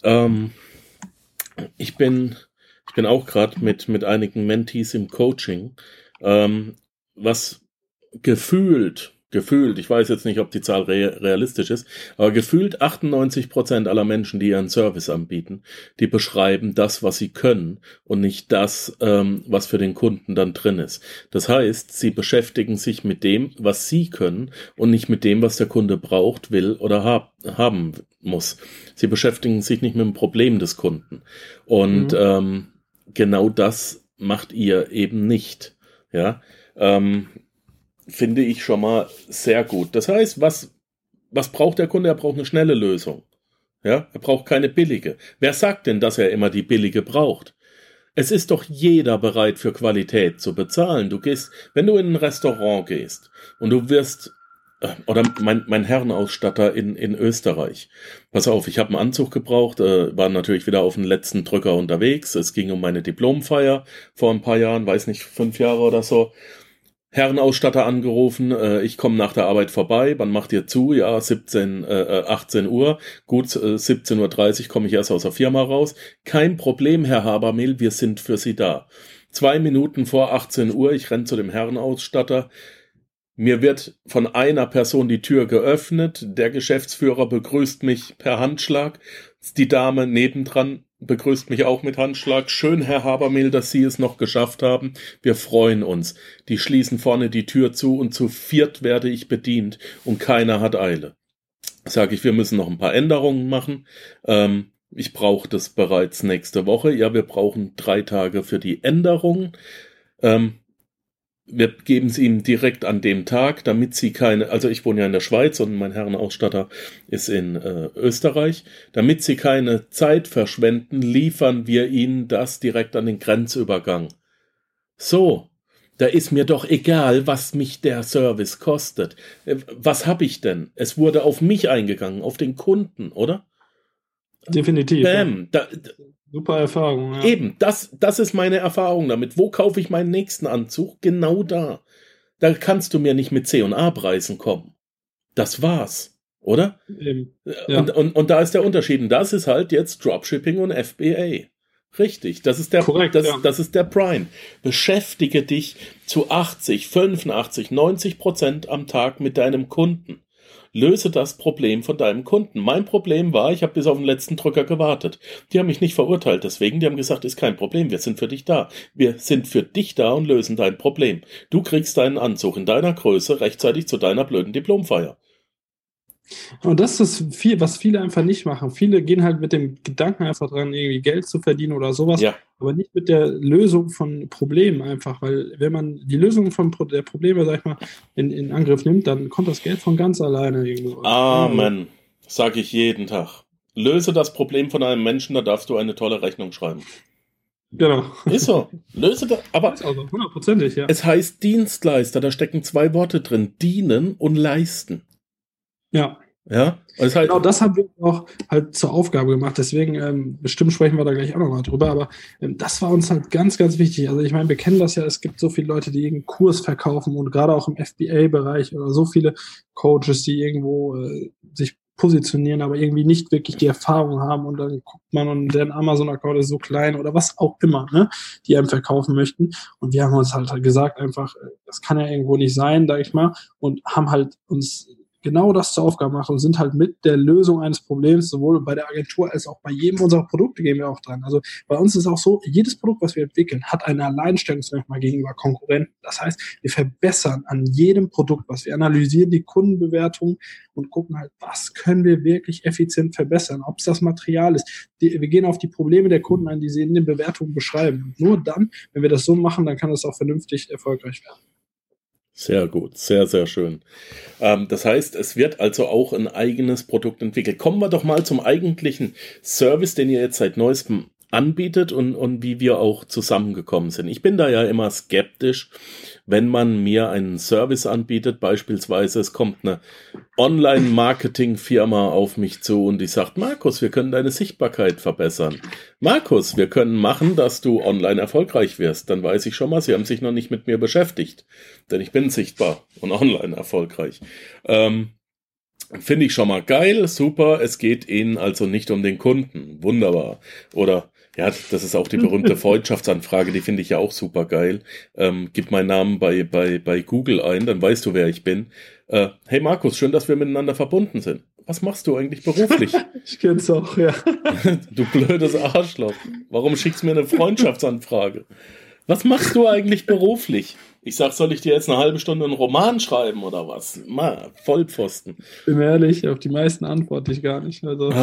ich bin auch gerade mit einigen Mentees im Coaching, was gefühlt, ich weiß jetzt nicht, ob die Zahl realistisch ist, aber gefühlt 98% aller Menschen, die ihren Service anbieten, die beschreiben das, was sie können und nicht das, was für den Kunden dann drin ist. Das heißt, sie beschäftigen sich mit dem, was sie können und nicht mit dem, was der Kunde braucht, will oder haben muss. Sie beschäftigen sich nicht mit dem Problem des Kunden. Und genau das macht ihr eben nicht. Ja, finde ich schon mal sehr gut. Das heißt, was braucht der Kunde? Er braucht eine schnelle Lösung. Ja, er braucht keine billige. Wer sagt denn, dass er immer die billige braucht? Es ist doch jeder bereit für Qualität zu bezahlen. Wenn du in ein Restaurant gehst und du wirst, oder mein Herrenausstatter in Österreich. Pass auf, ich habe einen Anzug gebraucht, war natürlich wieder auf den letzten Drücker unterwegs. Es ging um meine Diplomfeier vor ein paar Jahren, weiß nicht, 5 Jahre oder so. Herrenausstatter angerufen, ich komme nach der Arbeit vorbei, wann macht ihr zu? Ja, 18 Uhr. Gut, 17:30 Uhr komme ich erst aus der Firma raus. Kein Problem, Herr Habermehl, wir sind für Sie da. 2 Minuten vor 18 Uhr, ich renne zu dem Herrenausstatter. Mir wird von einer Person die Tür geöffnet, der Geschäftsführer begrüßt mich per Handschlag, die Dame nebendran begrüßt mich auch mit Handschlag. Schön, Herr Habermehl, dass Sie es noch geschafft haben. Wir freuen uns. Die schließen vorne die Tür zu und zu viert werde ich bedient und keiner hat Eile. Sage ich, wir müssen noch ein paar Änderungen machen. Ich brauche das bereits nächste Woche. Ja, wir brauchen 3 Tage für die Änderungen. Wir geben es ihm direkt an dem Tag, damit sie keine, also ich wohne ja in der Schweiz und mein Herrenausstatter ist in Österreich, damit sie keine Zeit verschwenden, liefern wir ihnen das direkt an den Grenzübergang. So, da ist mir doch egal, was mich der Service kostet. Was habe ich denn? Es wurde auf mich eingegangen, auf den Kunden, oder? Definitiv. Bam, super Erfahrung. Ja. Eben, das ist meine Erfahrung damit. Wo kaufe ich meinen nächsten Anzug? Genau da. Da kannst du mir nicht mit C&A-Preisen kommen. Das war's, oder? Eben. Ja. Und da ist der Unterschied. Und das ist halt jetzt Dropshipping und FBA. Richtig, das ist der, korrekt, das ist der Prime. Beschäftige dich zu 80, 85, 90% am Tag mit deinem Kunden. Löse das Problem von deinem Kunden. Mein Problem war, ich habe bis auf den letzten Drücker gewartet. Die haben mich nicht verurteilt deswegen, die haben gesagt, ist kein Problem, wir sind für dich da. Wir sind für dich da und lösen dein Problem. Du kriegst deinen Anzug in deiner Größe rechtzeitig zu deiner blöden Diplomfeier. Und das ist viel, was viele einfach nicht machen. Viele gehen halt mit dem Gedanken einfach dran, irgendwie Geld zu verdienen oder sowas, aber nicht mit der Lösung von Problemen einfach, weil wenn man die Lösung der Probleme, sag ich mal, in Angriff nimmt, dann kommt das Geld von ganz alleine irgendwo. Amen, sage ich jeden Tag. Löse das Problem von einem Menschen, da darfst du eine tolle Rechnung schreiben. Genau. Ist so. Löse das, aber ist also 100%, ja. Es heißt Dienstleister, da stecken 2 Worte drin, dienen und leisten. Ja. Ja, also halt genau, das haben wir auch halt zur Aufgabe gemacht. Deswegen, bestimmt sprechen wir da gleich auch nochmal drüber, aber das war uns halt ganz, ganz wichtig. Also ich meine, wir kennen das ja, es gibt so viele Leute, die irgendeinen Kurs verkaufen und gerade auch im FBA-Bereich oder so viele Coaches, die irgendwo sich positionieren, aber irgendwie nicht wirklich die Erfahrung haben und dann guckt man und deren Amazon-Account ist so klein oder was auch immer, ne, die einem verkaufen möchten. Und wir haben uns halt gesagt einfach, das kann ja irgendwo nicht sein, sag ich mal, und haben halt uns genau das zur Aufgabe machen und sind halt mit der Lösung eines Problems sowohl bei der Agentur als auch bei jedem unserer Produkte gehen wir auch dran. Also bei uns ist auch so, jedes Produkt, was wir entwickeln, hat eine Alleinstellungsmerkmal gegenüber Konkurrenten. Das heißt, wir verbessern an jedem Produkt, was wir analysieren, die Kundenbewertung und gucken halt, was können wir wirklich effizient verbessern, ob es das Material ist. Wir gehen auf die Probleme der Kunden ein, die sie in den Bewertungen beschreiben. Und nur dann, wenn wir das so machen, dann kann das auch vernünftig erfolgreich werden. Sehr gut, sehr, sehr schön. Das heißt, es wird also auch ein eigenes Produkt entwickelt. Kommen wir doch mal zum eigentlichen Service, den ihr jetzt seit neuestem anbietet und wie wir auch zusammengekommen sind. Ich bin da ja immer skeptisch, wenn man mir einen Service anbietet, beispielsweise es kommt eine Online-Marketing-Firma auf mich zu und die sagt, Markus, wir können deine Sichtbarkeit verbessern. Markus, wir können machen, dass du online erfolgreich wirst. Dann weiß ich schon mal, sie haben sich noch nicht mit mir beschäftigt, denn ich bin sichtbar und online erfolgreich. Finde ich schon mal geil, super, es geht Ihnen also nicht um den Kunden. Wunderbar. Oder, ja, das ist auch die berühmte Freundschaftsanfrage, die finde ich ja auch super geil. Gib meinen Namen bei Google ein, dann weißt du, wer ich bin. Hey Markus, schön, dass wir miteinander verbunden sind. Was machst du eigentlich beruflich? Ich kenn's auch, ja. Du blödes Arschloch. Warum schickst du mir eine Freundschaftsanfrage? Was machst du eigentlich beruflich? Ich sag, soll ich dir jetzt eine halbe Stunde einen Roman schreiben oder was? Vollpfosten. Bin ehrlich, auf die meisten antworte ich gar nicht. Also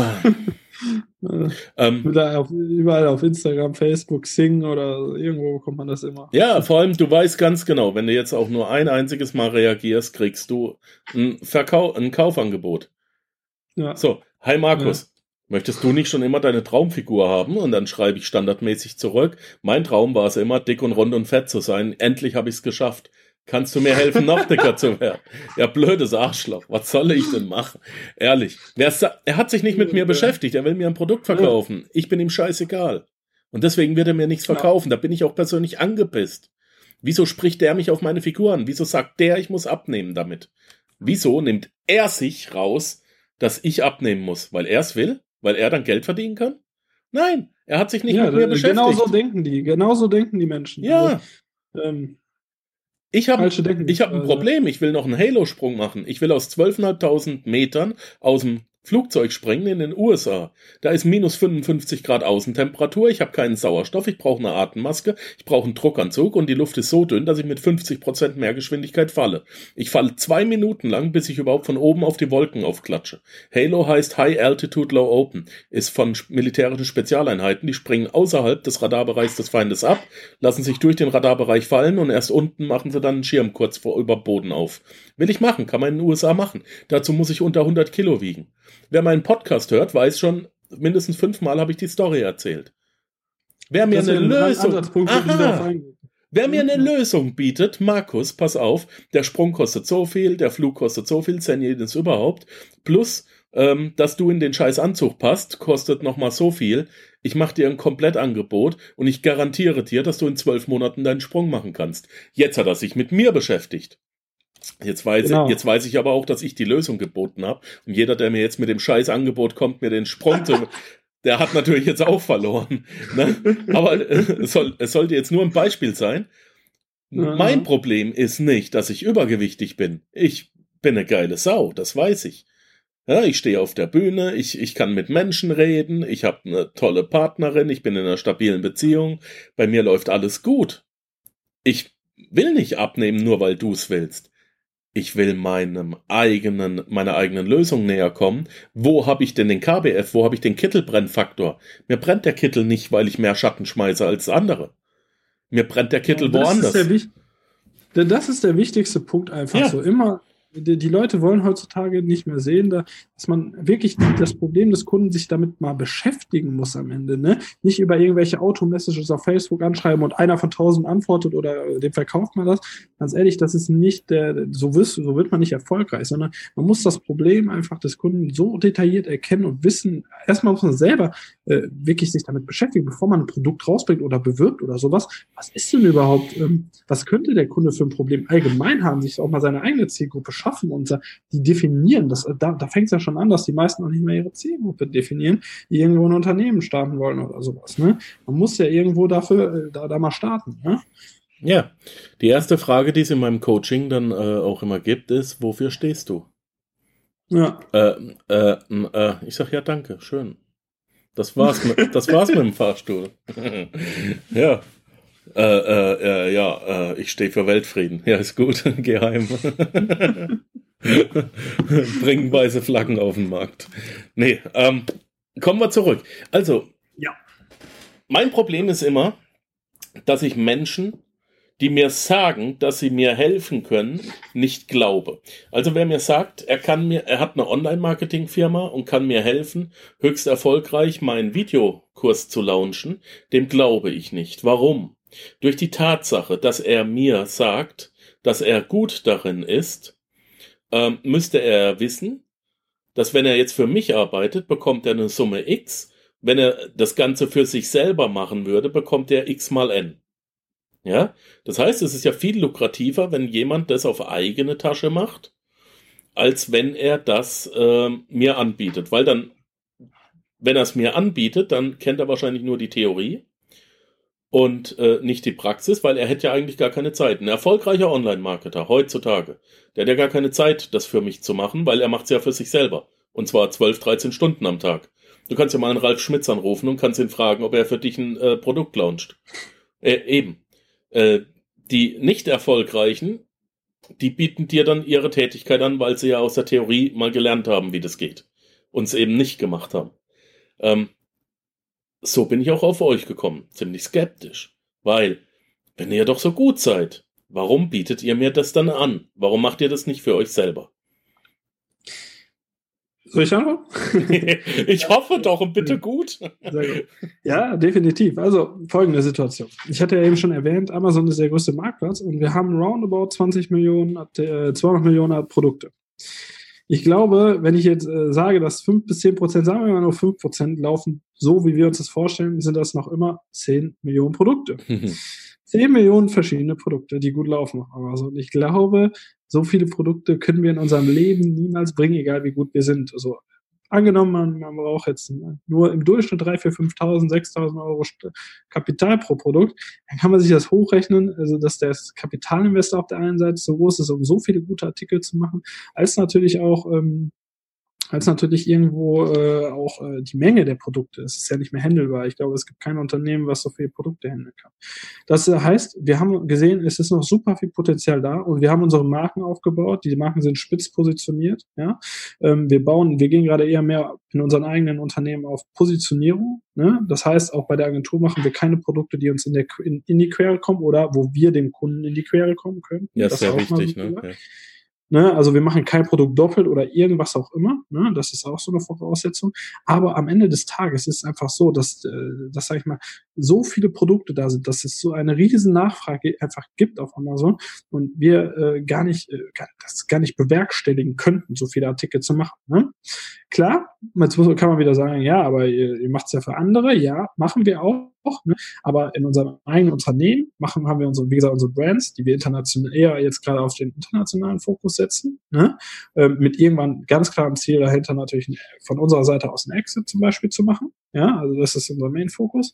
überall auf Instagram, Facebook, Xing oder irgendwo bekommt man das immer. Ja, vor allem, du weißt ganz genau, wenn du jetzt auch nur ein einziges Mal reagierst, kriegst du ein Kaufangebot. Ja. So, hi Markus. Ja. Möchtest du nicht schon immer deine Traumfigur haben? Und dann schreibe ich standardmäßig zurück. Mein Traum war es immer, dick und rund und fett zu sein. Endlich habe ich es geschafft. Kannst du mir helfen, noch dicker zu werden? Ja, blödes Arschloch. Was soll ich denn machen? Ehrlich. Er hat sich nicht mit mir beschäftigt. Er will mir ein Produkt verkaufen. Ich bin ihm scheißegal. Und deswegen wird er mir nichts verkaufen. Da bin ich auch persönlich angepisst. Wieso spricht der mich auf meine Figur an? Wieso sagt der, ich muss abnehmen damit? Wieso nimmt er sich raus, dass ich abnehmen muss? Weil er es will? Weil er dann Geld verdienen kann? Nein, er hat sich nicht mit mir beschäftigt. Genauso denken die Menschen. Ja. Also, ich habe ein Problem. Ich will noch einen Halo-Sprung machen. Ich will aus 12.500 Metern aus dem Flugzeug springen in den USA. Da ist minus 55 Grad Außentemperatur. Ich habe keinen Sauerstoff. Ich brauche eine Atemmaske. Ich brauche einen Druckanzug und die Luft ist so dünn, dass ich mit 50% mehr Geschwindigkeit falle. Ich falle 2 Minuten lang, bis ich überhaupt von oben auf die Wolken aufklatsche. Halo heißt High Altitude Low Open. Ist von militärischen Spezialeinheiten. Die springen außerhalb des Radarbereichs des Feindes ab, lassen sich durch den Radarbereich fallen und erst unten machen sie dann einen Schirm kurz über Boden auf. Will ich machen. Kann man in den USA machen. Dazu muss ich unter 100 Kilo wiegen. Wer meinen Podcast hört, weiß schon, mindestens 5-mal habe ich die Story erzählt. Wer mir eine Lösung bietet, Markus, pass auf, der Sprung kostet so viel, der Flug kostet so viel, jedes überhaupt, plus, dass du in den scheiß Anzug passt, kostet nochmal so viel. Ich mache dir ein Komplettangebot und ich garantiere dir, dass du in 12 Monaten deinen Sprung machen kannst. Jetzt hat er sich mit mir beschäftigt. Jetzt weiß ich aber auch, dass ich die Lösung geboten habe. Und jeder, der mir jetzt mit dem scheiß Angebot kommt, mir den Sprung zu... Der hat natürlich jetzt auch verloren. Ne? Aber es sollte jetzt nur ein Beispiel sein. Ja. Mein Problem ist nicht, dass ich übergewichtig bin. Ich bin eine geile Sau, das weiß ich. Ja, ich stehe auf der Bühne, ich kann mit Menschen reden, ich habe eine tolle Partnerin, ich bin in einer stabilen Beziehung. Bei mir läuft alles gut. Ich will nicht abnehmen, nur weil du es willst. Ich will meiner eigenen Lösung näher kommen. Wo habe ich denn den KBF? Wo habe ich den Kittelbrennfaktor? Mir brennt der Kittel nicht, weil ich mehr Schatten schmeiße als andere. Mir brennt der Kittel woanders. Das ist der wichtigste Punkt einfach so. Immer, die Leute wollen heutzutage nicht mehr sehen, dass man wirklich das Problem des Kunden sich damit mal beschäftigen muss am Ende. Ne? Nicht über irgendwelche Auto-Messages auf Facebook anschreiben und einer von 1000 antwortet oder dem verkauft man das. Ganz ehrlich, das ist nicht so wird man nicht erfolgreich, sondern man muss das Problem einfach des Kunden so detailliert erkennen und wissen. Erstmal muss man selber wirklich sich damit beschäftigen, bevor man ein Produkt rausbringt oder bewirbt oder sowas. Was ist denn überhaupt, was könnte der Kunde für ein Problem allgemein haben, sich auch mal seine eigene Zielgruppe schaffen und die definieren. Da fängt es ja schon an, dass die meisten auch nicht mehr ihre Zielgruppe definieren, die irgendwo ein Unternehmen starten wollen oder sowas. Ne? Man muss ja irgendwo dafür da mal starten. Ne? Ja, die erste Frage, die es in meinem Coaching dann auch immer gibt, ist, wofür stehst du? Ja. Ich sag ja, danke, schön. Das war's mit dem Fahrstuhl. Ja. Ich stehe für Weltfrieden. Ja, ist gut. Geh heim. Bringen weiße Flaggen auf den Markt. Nee, kommen wir zurück. Also, mein Problem ist immer, dass ich Menschen, die mir sagen, dass sie mir helfen können, nicht glaube. Also wer mir sagt, er hat eine Online-Marketing-Firma und kann mir helfen, höchst erfolgreich meinen Videokurs zu launchen, dem glaube ich nicht. Warum? Durch die Tatsache, dass er mir sagt, dass er gut darin ist, müsste er wissen, dass wenn er jetzt für mich arbeitet, bekommt er eine Summe X. Wenn er das Ganze für sich selber machen würde, bekommt er X mal N. Ja, das heißt, es ist ja viel lukrativer, wenn jemand das auf eigene Tasche macht, als wenn er das mir anbietet. Weil dann, wenn er es mir anbietet, dann kennt er wahrscheinlich nur die Theorie und nicht die Praxis, weil er hätte ja eigentlich gar keine Zeit. Ein erfolgreicher Online-Marketer heutzutage, der hat ja gar keine Zeit, das für mich zu machen, weil er macht es ja für sich selber. Und zwar 12, 13 Stunden am Tag. Du kannst ja mal einen Ralf Schmitz anrufen und kannst ihn fragen, ob er für dich ein Produkt launcht. Eben. Die nicht erfolgreichen, die bieten dir dann ihre Tätigkeit an, weil sie ja aus der Theorie mal gelernt haben, wie das geht. Und es eben nicht gemacht haben. So bin ich auch auf euch gekommen. Ziemlich skeptisch. Weil, wenn ihr doch so gut seid, warum bietet ihr mir das dann an? Warum macht ihr das nicht für euch selber? Soll ich antworten? Ich hoffe doch und bitte gut. Sehr gut. Ja, definitiv. Also folgende Situation. Ich hatte ja eben schon erwähnt, Amazon ist der größte Marktplatz und wir haben roundabout 200 Millionen Produkte. Ich glaube, wenn ich jetzt sage, dass 5-10%, sagen wir mal nur 5% laufen, so wie wir uns das vorstellen, sind das noch immer 10 Millionen Produkte. 10 Millionen verschiedene Produkte, die gut laufen auf Amazon. Ich glaube, so viele Produkte können wir in unserem Leben niemals bringen, egal wie gut wir sind. Also angenommen, man braucht jetzt nur im Durchschnitt 3.000, 4.000, 5.000, 6.000 Euro Kapital pro Produkt, dann kann man sich das hochrechnen, also dass das Kapitalinvestor auf der einen Seite so groß ist, um so viele gute Artikel zu machen, als natürlich auch irgendwo auch die Menge der Produkte. Es ist ja nicht mehr handelbar. Ich glaube, es gibt kein Unternehmen, was so viele Produkte handeln kann. Das heißt, wir haben gesehen, es ist noch super viel Potenzial da und wir haben unsere Marken aufgebaut. Die Marken sind spitz positioniert. Ja? Wir gehen gerade eher mehr in unseren eigenen Unternehmen auf Positionierung. Ne? Das heißt, auch bei der Agentur machen wir keine Produkte, die uns in die Quere kommen oder wo wir dem Kunden in die Quere kommen können. Ja, das ist sehr wichtig. Ne? Ja. Ne, also wir machen kein Produkt doppelt oder irgendwas auch immer. Ne, das ist auch so eine Voraussetzung. Aber am Ende des Tages ist es einfach so, dass sag ich mal, so viele Produkte da sind, dass es so eine riesen Nachfrage einfach gibt auf Amazon und wir gar nicht bewerkstelligen könnten, so viele Artikel zu machen. Ne? Klar, kann man wieder sagen, ja, aber ihr macht es ja für andere. Ja, machen wir auch. Ne? Aber in unserem eigenen Unternehmen haben wir unsere Brands, die wir international eher jetzt gerade auf den internationalen Fokus setzen, ne? Mit irgendwann ganz klarem Ziel dahinter natürlich von unserer Seite aus einen Exit zum Beispiel zu machen. Ja, also das ist unser Main-Fokus.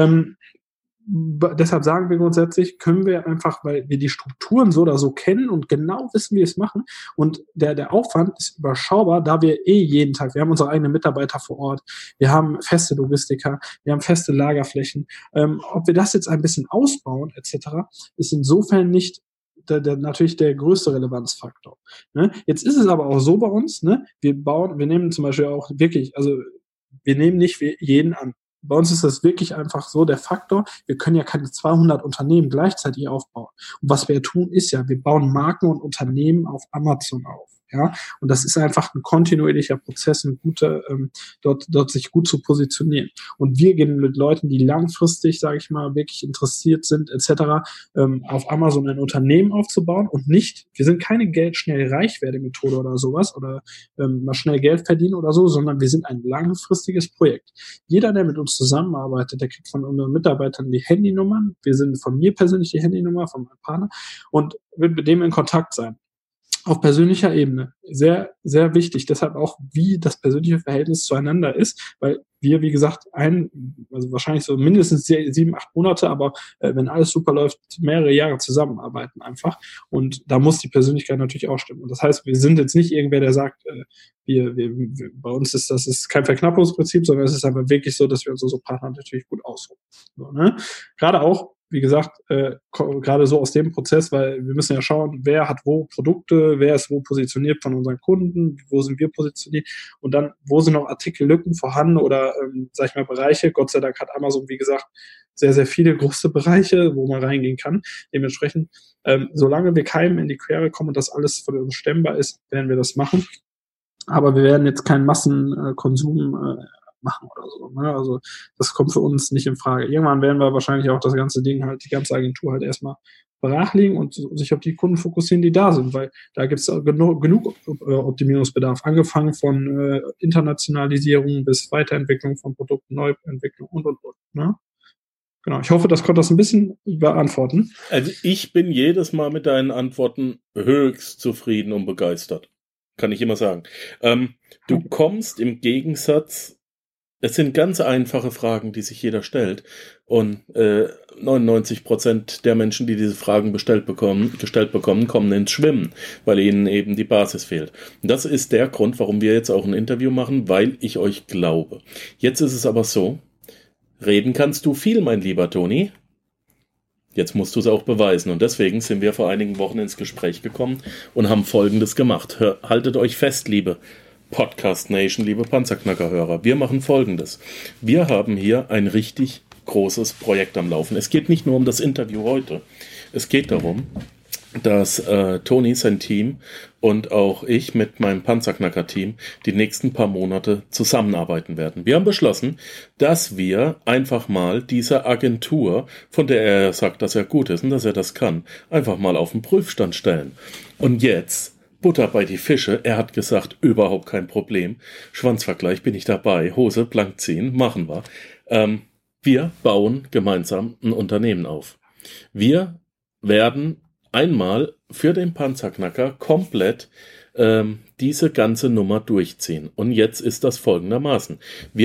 Deshalb sagen wir grundsätzlich, können wir einfach, weil wir die Strukturen so oder so kennen und genau wissen, wie wir es machen. Und der Aufwand ist überschaubar, da wir jeden Tag, wir haben unsere eigenen Mitarbeiter vor Ort, wir haben feste Logistiker, wir haben feste Lagerflächen. Ob wir das jetzt ein bisschen ausbauen, etc., ist insofern nicht natürlich der größte Relevanzfaktor. Ne? Jetzt ist es aber auch so bei uns, ne? Wir nehmen zum Beispiel auch wirklich, also wir nehmen nicht jeden an. Bei uns ist das wirklich einfach so der Faktor, wir können ja keine 200 Unternehmen gleichzeitig aufbauen. Und was wir tun, ist ja, wir bauen Marken und Unternehmen auf Amazon auf. Ja, und das ist einfach ein kontinuierlicher Prozess, ein guter, dort sich gut zu positionieren. Und wir gehen mit Leuten, die langfristig, sage ich mal, wirklich interessiert sind, etc., auf Amazon ein Unternehmen aufzubauen und nicht, wir sind keine Geld-schnell-reich-werde-Methode oder sowas oder mal schnell Geld verdienen oder so, sondern wir sind ein langfristiges Projekt. Jeder, der mit uns zusammenarbeitet, der kriegt von unseren Mitarbeitern die Handynummern. Wir sind von mir persönlich die Handynummer, von meinem Partner und wird mit dem in Kontakt sein. Auf persönlicher Ebene. Sehr, sehr wichtig. Deshalb auch, wie das persönliche Verhältnis zueinander ist, weil wir, wie gesagt, also wahrscheinlich so mindestens 7, 8 Monate, aber wenn alles super läuft, mehrere Jahre zusammenarbeiten einfach. Und da muss die Persönlichkeit natürlich auch stimmen. Und das heißt, wir sind jetzt nicht irgendwer, der sagt, bei uns ist das kein Verknappungsprinzip, sondern es ist einfach wirklich so, dass wir unsere Partner natürlich gut aussuchen. So, ne? Gerade auch, wie gesagt, gerade so aus dem Prozess, weil wir müssen ja schauen, wer hat wo Produkte, wer ist wo positioniert von unseren Kunden, wo sind wir positioniert und dann, wo sind noch Artikellücken vorhanden oder, sag ich mal, Bereiche. Gott sei Dank hat Amazon, wie gesagt, sehr, sehr viele große Bereiche, wo man reingehen kann. Dementsprechend, solange wir keinem in die Quere kommen und das alles von uns stemmbar ist, werden wir das machen. Aber wir werden jetzt keinen Massenkonsum machen oder so. Ne? Also das kommt für uns nicht in Frage. Irgendwann werden wir wahrscheinlich auch das ganze Ding halt, die ganze Agentur halt erstmal brachlegen und sich auf die Kunden fokussieren, die da sind, weil da gibt es genug Optimierungsbedarf, angefangen von Internationalisierung bis Weiterentwicklung von Produkten, Neuentwicklung und. Ne? Genau, ich hoffe, das konnte das ein bisschen beantworten. Also ich bin jedes Mal mit deinen Antworten höchst zufrieden und begeistert. Kann ich immer sagen. Du kommst im Gegensatz, es sind ganz einfache Fragen, die sich jeder stellt. Und 99% der Menschen, die diese Fragen gestellt bekommen, kommen ins Schwimmen, weil ihnen eben die Basis fehlt. Und das ist der Grund, warum wir jetzt auch ein Interview machen, weil ich euch glaube. Jetzt ist es aber so, reden kannst du viel, mein lieber Toni. Jetzt musst du es auch beweisen. Und deswegen sind wir vor einigen Wochen ins Gespräch gekommen und haben Folgendes gemacht. Haltet euch fest, liebe Podcast Nation, liebe Panzerknacker-Hörer. Wir machen Folgendes. Wir haben hier ein richtig großes Projekt am Laufen. Es geht nicht nur um das Interview heute. Es geht darum, dass Toni, sein Team und auch ich mit meinem Panzerknacker-Team die nächsten paar Monate zusammenarbeiten werden. Wir haben beschlossen, dass wir einfach mal diese Agentur, von der er sagt, dass er gut ist und dass er das kann, einfach mal auf den Prüfstand stellen. Und jetzt Butter bei die Fische. Er hat gesagt, überhaupt kein Problem. Schwanzvergleich, bin ich dabei. Hose blank ziehen, machen wir. Wir bauen gemeinsam ein Unternehmen auf. Wir werden einmal für den Panzerknacker komplett diese ganze Nummer durchziehen. Und jetzt ist das folgendermaßen.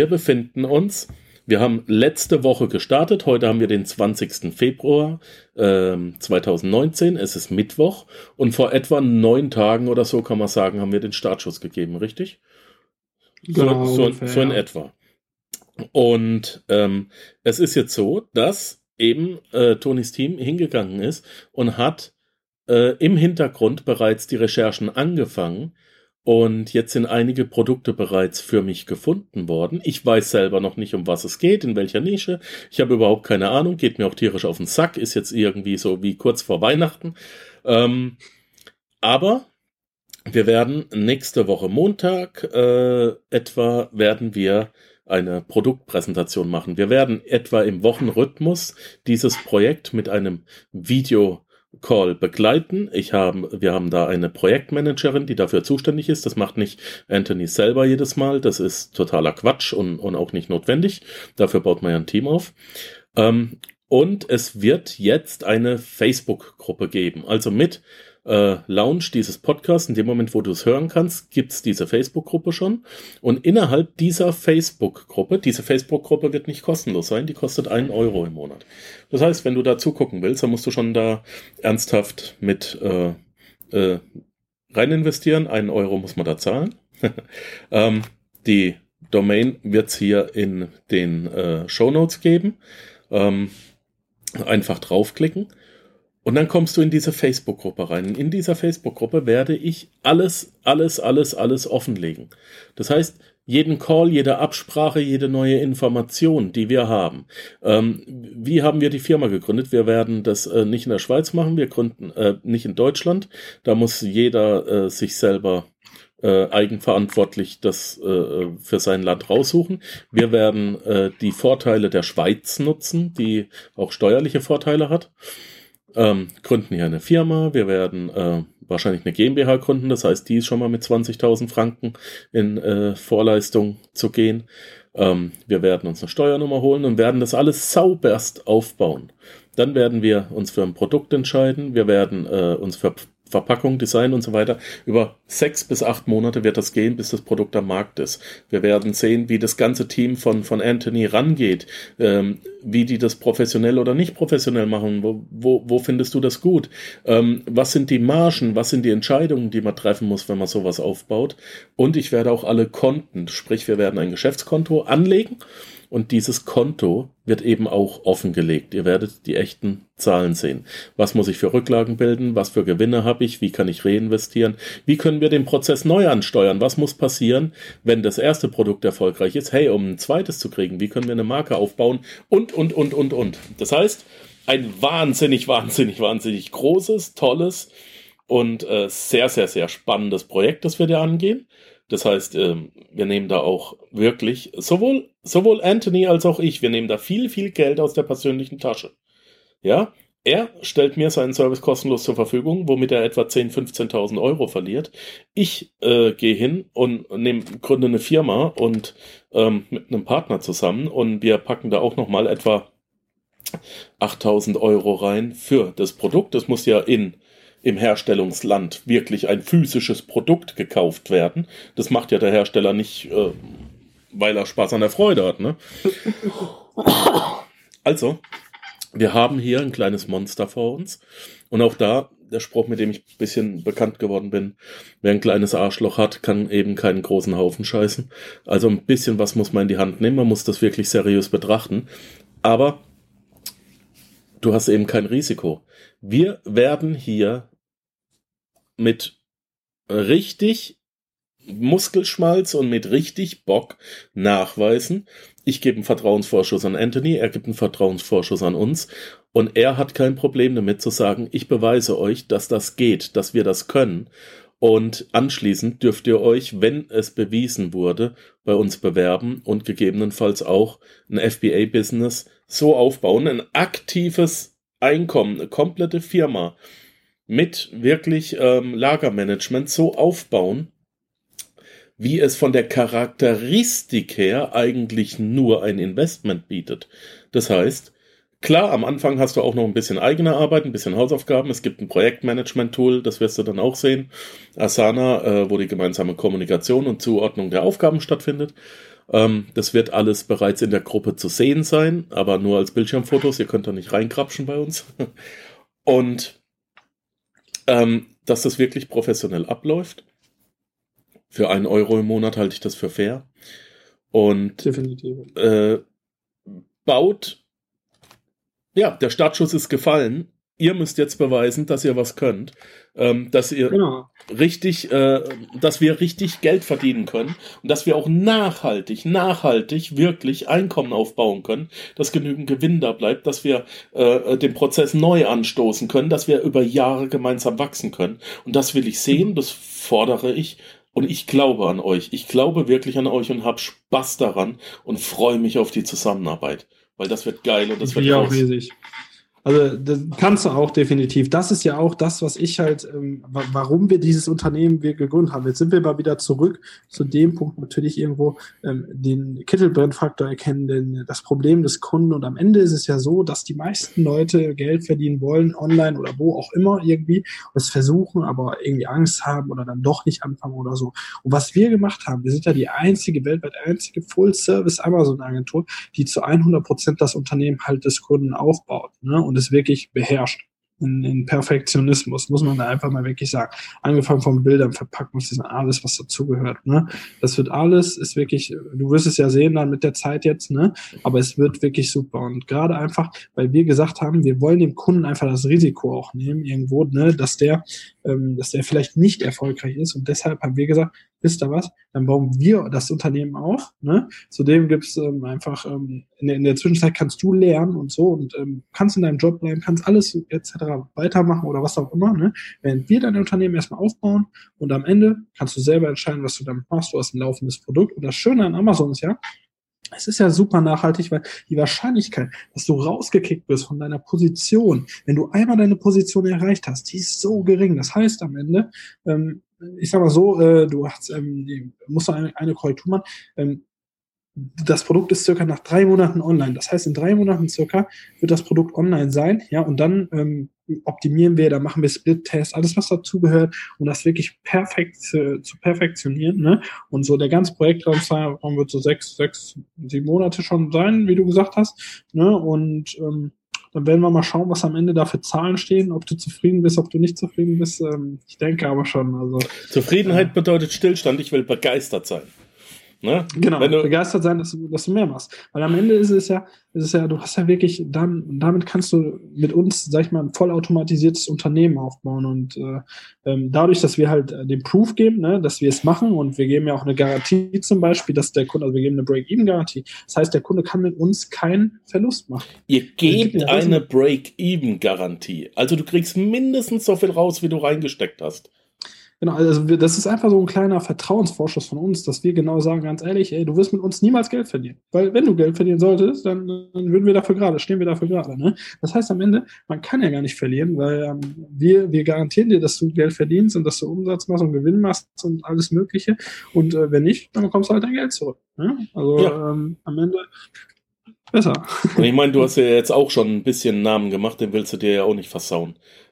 Wir haben letzte Woche gestartet, heute haben wir den 20. Februar 2019, es ist Mittwoch und vor etwa 9 Tagen oder so kann man sagen, haben wir den Startschuss gegeben, richtig? Genau, So ungefähr, in ja. etwa. Und es ist jetzt so, dass eben Tonys Team hingegangen ist und hat im Hintergrund bereits die Recherchen angefangen und jetzt sind einige Produkte bereits für mich gefunden worden. Ich weiß selber noch nicht, um was es geht, in welcher Nische. Ich habe überhaupt keine Ahnung, geht mir auch tierisch auf den Sack, ist jetzt irgendwie so wie kurz vor Weihnachten. Aber wir werden nächste Woche Montag etwa werden wir eine Produktpräsentation machen. Wir werden etwa im Wochenrhythmus dieses Projekt mit einem Videocall begleiten. Wir haben da eine Projektmanagerin, die dafür zuständig ist. Das macht nicht Anthony selber jedes Mal. Das ist totaler Quatsch und auch nicht notwendig. Dafür baut man ja ein Team auf. Und es wird jetzt eine Facebook-Gruppe geben. Also mit Launch dieses Podcasts, in dem Moment, wo du es hören kannst, gibt's diese Facebook-Gruppe schon. Und innerhalb dieser Facebook-Gruppe, diese Facebook-Gruppe wird nicht kostenlos sein, die kostet 1 Euro im Monat. Das heißt, wenn du da zugucken willst, dann musst du schon da ernsthaft mit rein investieren. 1 Euro muss man da zahlen. Die Domain wird's hier in den Shownotes geben. Einfach draufklicken. Und dann kommst du in diese Facebook-Gruppe rein. In dieser Facebook-Gruppe werde ich alles offenlegen. Das heißt, jeden Call, jede Absprache, jede neue Information, die wir haben. Wie haben wir die Firma gegründet? Wir werden das nicht in der Schweiz machen, wir gründen nicht in Deutschland. Da muss jeder sich selber eigenverantwortlich das für sein Land raussuchen. Wir werden die Vorteile der Schweiz nutzen, die auch steuerliche Vorteile hat. Gründen hier eine Firma, wir werden wahrscheinlich eine GmbH gründen, das heißt, die ist schon mal mit 20.000 Franken in Vorleistung zu gehen. Wir werden uns eine Steuernummer holen und werden das alles sauberst aufbauen. Dann werden wir uns für ein Produkt entscheiden, wir werden uns für Verpackung, Design und so weiter. Über 6 bis 8 Monate wird das gehen, bis das Produkt am Markt ist. Wir werden sehen, wie das ganze Team von Anthony rangeht, wie die das professionell oder nicht professionell machen. Wo findest du das gut? Was sind die Margen? Was sind die Entscheidungen, die man treffen muss, wenn man sowas aufbaut? Und ich werde auch alle Konten, sprich, wir werden ein Geschäftskonto anlegen. Und dieses Konto wird eben auch offengelegt. Ihr werdet die echten Zahlen sehen. Was muss ich für Rücklagen bilden? Was für Gewinne habe ich? Wie kann ich reinvestieren? Wie können wir den Prozess neu ansteuern? Was muss passieren, wenn das erste Produkt erfolgreich ist? Hey, um ein zweites zu kriegen, wie können wir eine Marke aufbauen? Und. Das heißt, ein wahnsinnig großes, tolles und sehr, sehr, sehr spannendes Projekt, das wir da angehen. Das heißt, wir nehmen da auch wirklich, sowohl Anthony als auch ich, wir nehmen da viel, viel Geld aus der persönlichen Tasche. Ja, er stellt mir seinen Service kostenlos zur Verfügung, womit er etwa 10.000, 15.000 Euro verliert. Ich gehe hin und gründe eine Firma und mit einem Partner zusammen und wir packen da auch nochmal etwa 8.000 Euro rein für das Produkt. Das muss ja im Herstellungsland wirklich ein physisches Produkt gekauft werden. Das macht ja der Hersteller nicht, weil er Spaß an der Freude hat, ne? Also, wir haben hier ein kleines Monster vor uns. Und auch da, der Spruch, mit dem ich ein bisschen bekannt geworden bin, wer ein kleines Arschloch hat, kann eben keinen großen Haufen scheißen. Also ein bisschen was muss man in die Hand nehmen. Man muss das wirklich seriös betrachten. Aber du hast eben kein Risiko. Wir werden hier mit richtig Muskelschmalz und mit richtig Bock nachweisen. Ich gebe einen Vertrauensvorschuss an Anthony, er gibt einen Vertrauensvorschuss an uns und er hat kein Problem damit zu sagen, ich beweise euch, dass das geht, dass wir das können. Und anschließend dürft ihr euch, wenn es bewiesen wurde, bei uns bewerben und gegebenenfalls auch ein FBA-Business so aufbauen, ein aktives Einkommen, eine komplette Firma mit wirklich Lagermanagement so aufbauen, wie es von der Charakteristik her eigentlich nur ein Investment bietet. Das heißt, Klar, am Anfang hast du auch noch ein bisschen eigene Arbeit, ein bisschen Hausaufgaben. Es gibt ein Projektmanagement-Tool, das wirst du dann auch sehen. Asana, wo die gemeinsame Kommunikation und Zuordnung der Aufgaben stattfindet. Das wird alles bereits in der Gruppe zu sehen sein, aber nur als Bildschirmfotos. Ihr könnt da nicht reinkrapschen bei uns. Und dass das wirklich professionell abläuft. Für 1 Euro im Monat halte ich das für fair. Und Definitiv. Baut. Ja, der Startschuss ist gefallen. Ihr müsst jetzt beweisen, dass ihr was könnt, dass ihr dass wir richtig Geld verdienen können und dass wir auch nachhaltig wirklich Einkommen aufbauen können, dass genügend Gewinn da bleibt, dass wir den Prozess neu anstoßen können, dass wir über Jahre gemeinsam wachsen können. Und das will ich sehen, das fordere ich. Und ich glaube an euch. Ich glaube wirklich an euch und habe Spaß daran und freue mich auf die Zusammenarbeit. Weil das wird geil und das wird auch riesig. Also das kannst du auch definitiv. Das ist ja auch das, was ich halt, warum wir dieses Unternehmen gegründet haben. Jetzt sind wir mal wieder zurück zu dem Punkt, natürlich irgendwo den Kittelbrennfaktor erkennen, das Problem des Kunden. Und am Ende ist es ja so, dass die meisten Leute Geld verdienen wollen, online oder wo auch immer irgendwie, und es versuchen, aber irgendwie Angst haben oder dann doch nicht anfangen oder so. Und was wir gemacht haben, wir sind ja die weltweit einzige Full-Service-Amazon-Agentur, die zu 100% das Unternehmen halt des Kunden aufbaut, ne? Und es wirklich beherrscht. In Perfektionismus, muss man da einfach mal wirklich sagen. Angefangen von Bildern, Verpackungen, alles, was dazugehört, ne? Das wird alles, ist wirklich, du wirst es ja sehen dann mit der Zeit jetzt, ne? Aber es wird wirklich super. Und gerade einfach, weil wir gesagt haben, wir wollen dem Kunden einfach das Risiko auch nehmen, irgendwo, ne? Dass der vielleicht nicht erfolgreich ist. Und deshalb haben wir gesagt, wisst ihr was? Dann bauen wir das Unternehmen auf, ne? Zudem gibt's einfach, in der Zwischenzeit kannst du lernen und so und kannst in deinem Job bleiben, kannst alles etc. weitermachen oder was auch immer, ne? Während wir dein Unternehmen erstmal aufbauen und am Ende kannst du selber entscheiden, was du damit machst. Du hast ein laufendes Produkt. Und das Schöne an Amazon ist ja, es ist ja super nachhaltig, weil die Wahrscheinlichkeit, dass du rausgekickt wirst von deiner Position, wenn du einmal deine Position erreicht hast, die ist so gering. Das heißt am Ende, ich sag mal so, du musst eine Korrektur machen, das Produkt ist circa nach 3 Monaten online. Das heißt, in 3 Monaten circa wird das Produkt online sein, ja, und dann optimieren wir, da machen wir Split-Tests, alles was dazugehört, um das wirklich perfekt zu perfektionieren, ne? Und so der ganze Projektraum wird so 6, 7 Monate schon sein, wie du gesagt hast, ne? Und dann werden wir mal schauen, was am Ende da für Zahlen stehen, ob du zufrieden bist, ob du nicht zufrieden bist. Ich denke aber schon. Also Zufriedenheit bedeutet Stillstand, ich will begeistert sein. Ne? Genau, begeistert sein, dass du mehr machst. Weil am Ende ist es ja, du hast ja wirklich damit kannst du mit uns, sag ich mal, ein vollautomatisiertes Unternehmen aufbauen und dadurch, dass wir halt den Proof geben, ne, dass wir es machen und wir geben ja auch eine Garantie zum Beispiel, dass der Kunde, also wir geben eine Break-Even-Garantie. Das heißt, der Kunde kann mit uns keinen Verlust machen. Ihr gebt eine Break-Even-Garantie. Also du kriegst mindestens so viel raus, wie du reingesteckt hast. Genau, also das ist einfach so ein kleiner Vertrauensvorschuss von uns, dass wir genau sagen, ganz ehrlich, ey, du wirst mit uns niemals Geld verdienen. Weil wenn du Geld verdienen solltest, dann stehen wir dafür gerade. Ne? Das heißt am Ende, man kann ja gar nicht verlieren, weil wir garantieren dir, dass du Geld verdienst und dass du Umsatz machst und Gewinn machst und alles Mögliche. Und wenn nicht, dann bekommst du halt dein Geld zurück. Ne? Also ja. Am Ende besser. Und ich meine, du hast ja jetzt auch schon ein bisschen Namen gemacht, den willst du dir ja auch nicht versauen.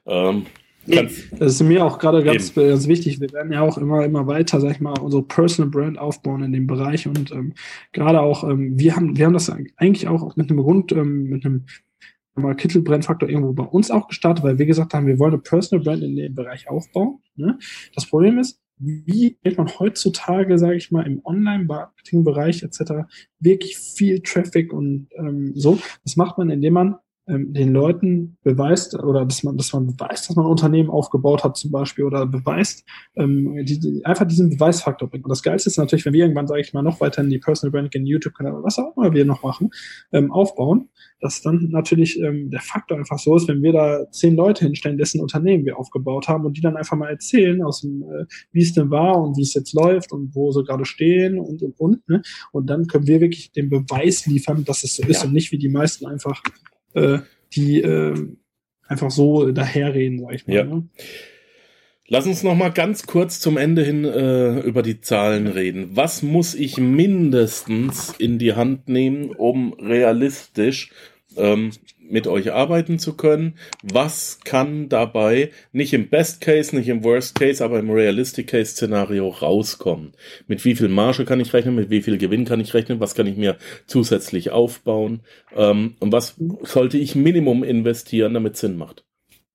Das ist mir auch gerade ganz wichtig. Wir werden ja auch immer weiter, sag ich mal, unsere Personal Brand aufbauen in dem Bereich und gerade auch, wir haben das eigentlich auch mit einem Kittelbrennfaktor irgendwo bei uns auch gestartet, weil wir gesagt haben, wir wollen eine Personal Brand in dem Bereich aufbauen. Ne? Das Problem ist, wie kriegt man heutzutage, sage ich mal, im Online-Marketing-Bereich etc. wirklich viel Traffic und so. Das macht man, indem man den Leuten beweist oder dass man beweist, dass man ein Unternehmen aufgebaut hat zum Beispiel oder beweist, einfach diesen Beweisfaktor bringt. Und das Geilste ist natürlich, wenn wir irgendwann, sage ich mal, noch weiter in die Personal Branding, YouTube-Kanal, was auch immer wir noch machen, aufbauen, dass dann natürlich der Faktor einfach so ist, wenn wir da 10 Leute hinstellen, dessen Unternehmen wir aufgebaut haben und die dann einfach mal erzählen, wie es denn war und wie es jetzt läuft und wo sie gerade stehen und. Ne? Und dann können wir wirklich den Beweis liefern, dass es so ist und nicht wie die meisten einfach die einfach so daherreden, sag ich mal. Ja. Ne? Lass uns noch mal ganz kurz zum Ende hin über die Zahlen reden. Was muss ich mindestens in die Hand nehmen, um realistisch mit euch arbeiten zu können. Was kann dabei nicht im Best Case, nicht im Worst Case, aber im Realistic Case Szenario rauskommen? Mit wie viel Marge kann ich rechnen? Mit wie viel Gewinn kann ich rechnen? Was kann ich mir zusätzlich aufbauen? Und was sollte ich Minimum investieren, damit es Sinn macht?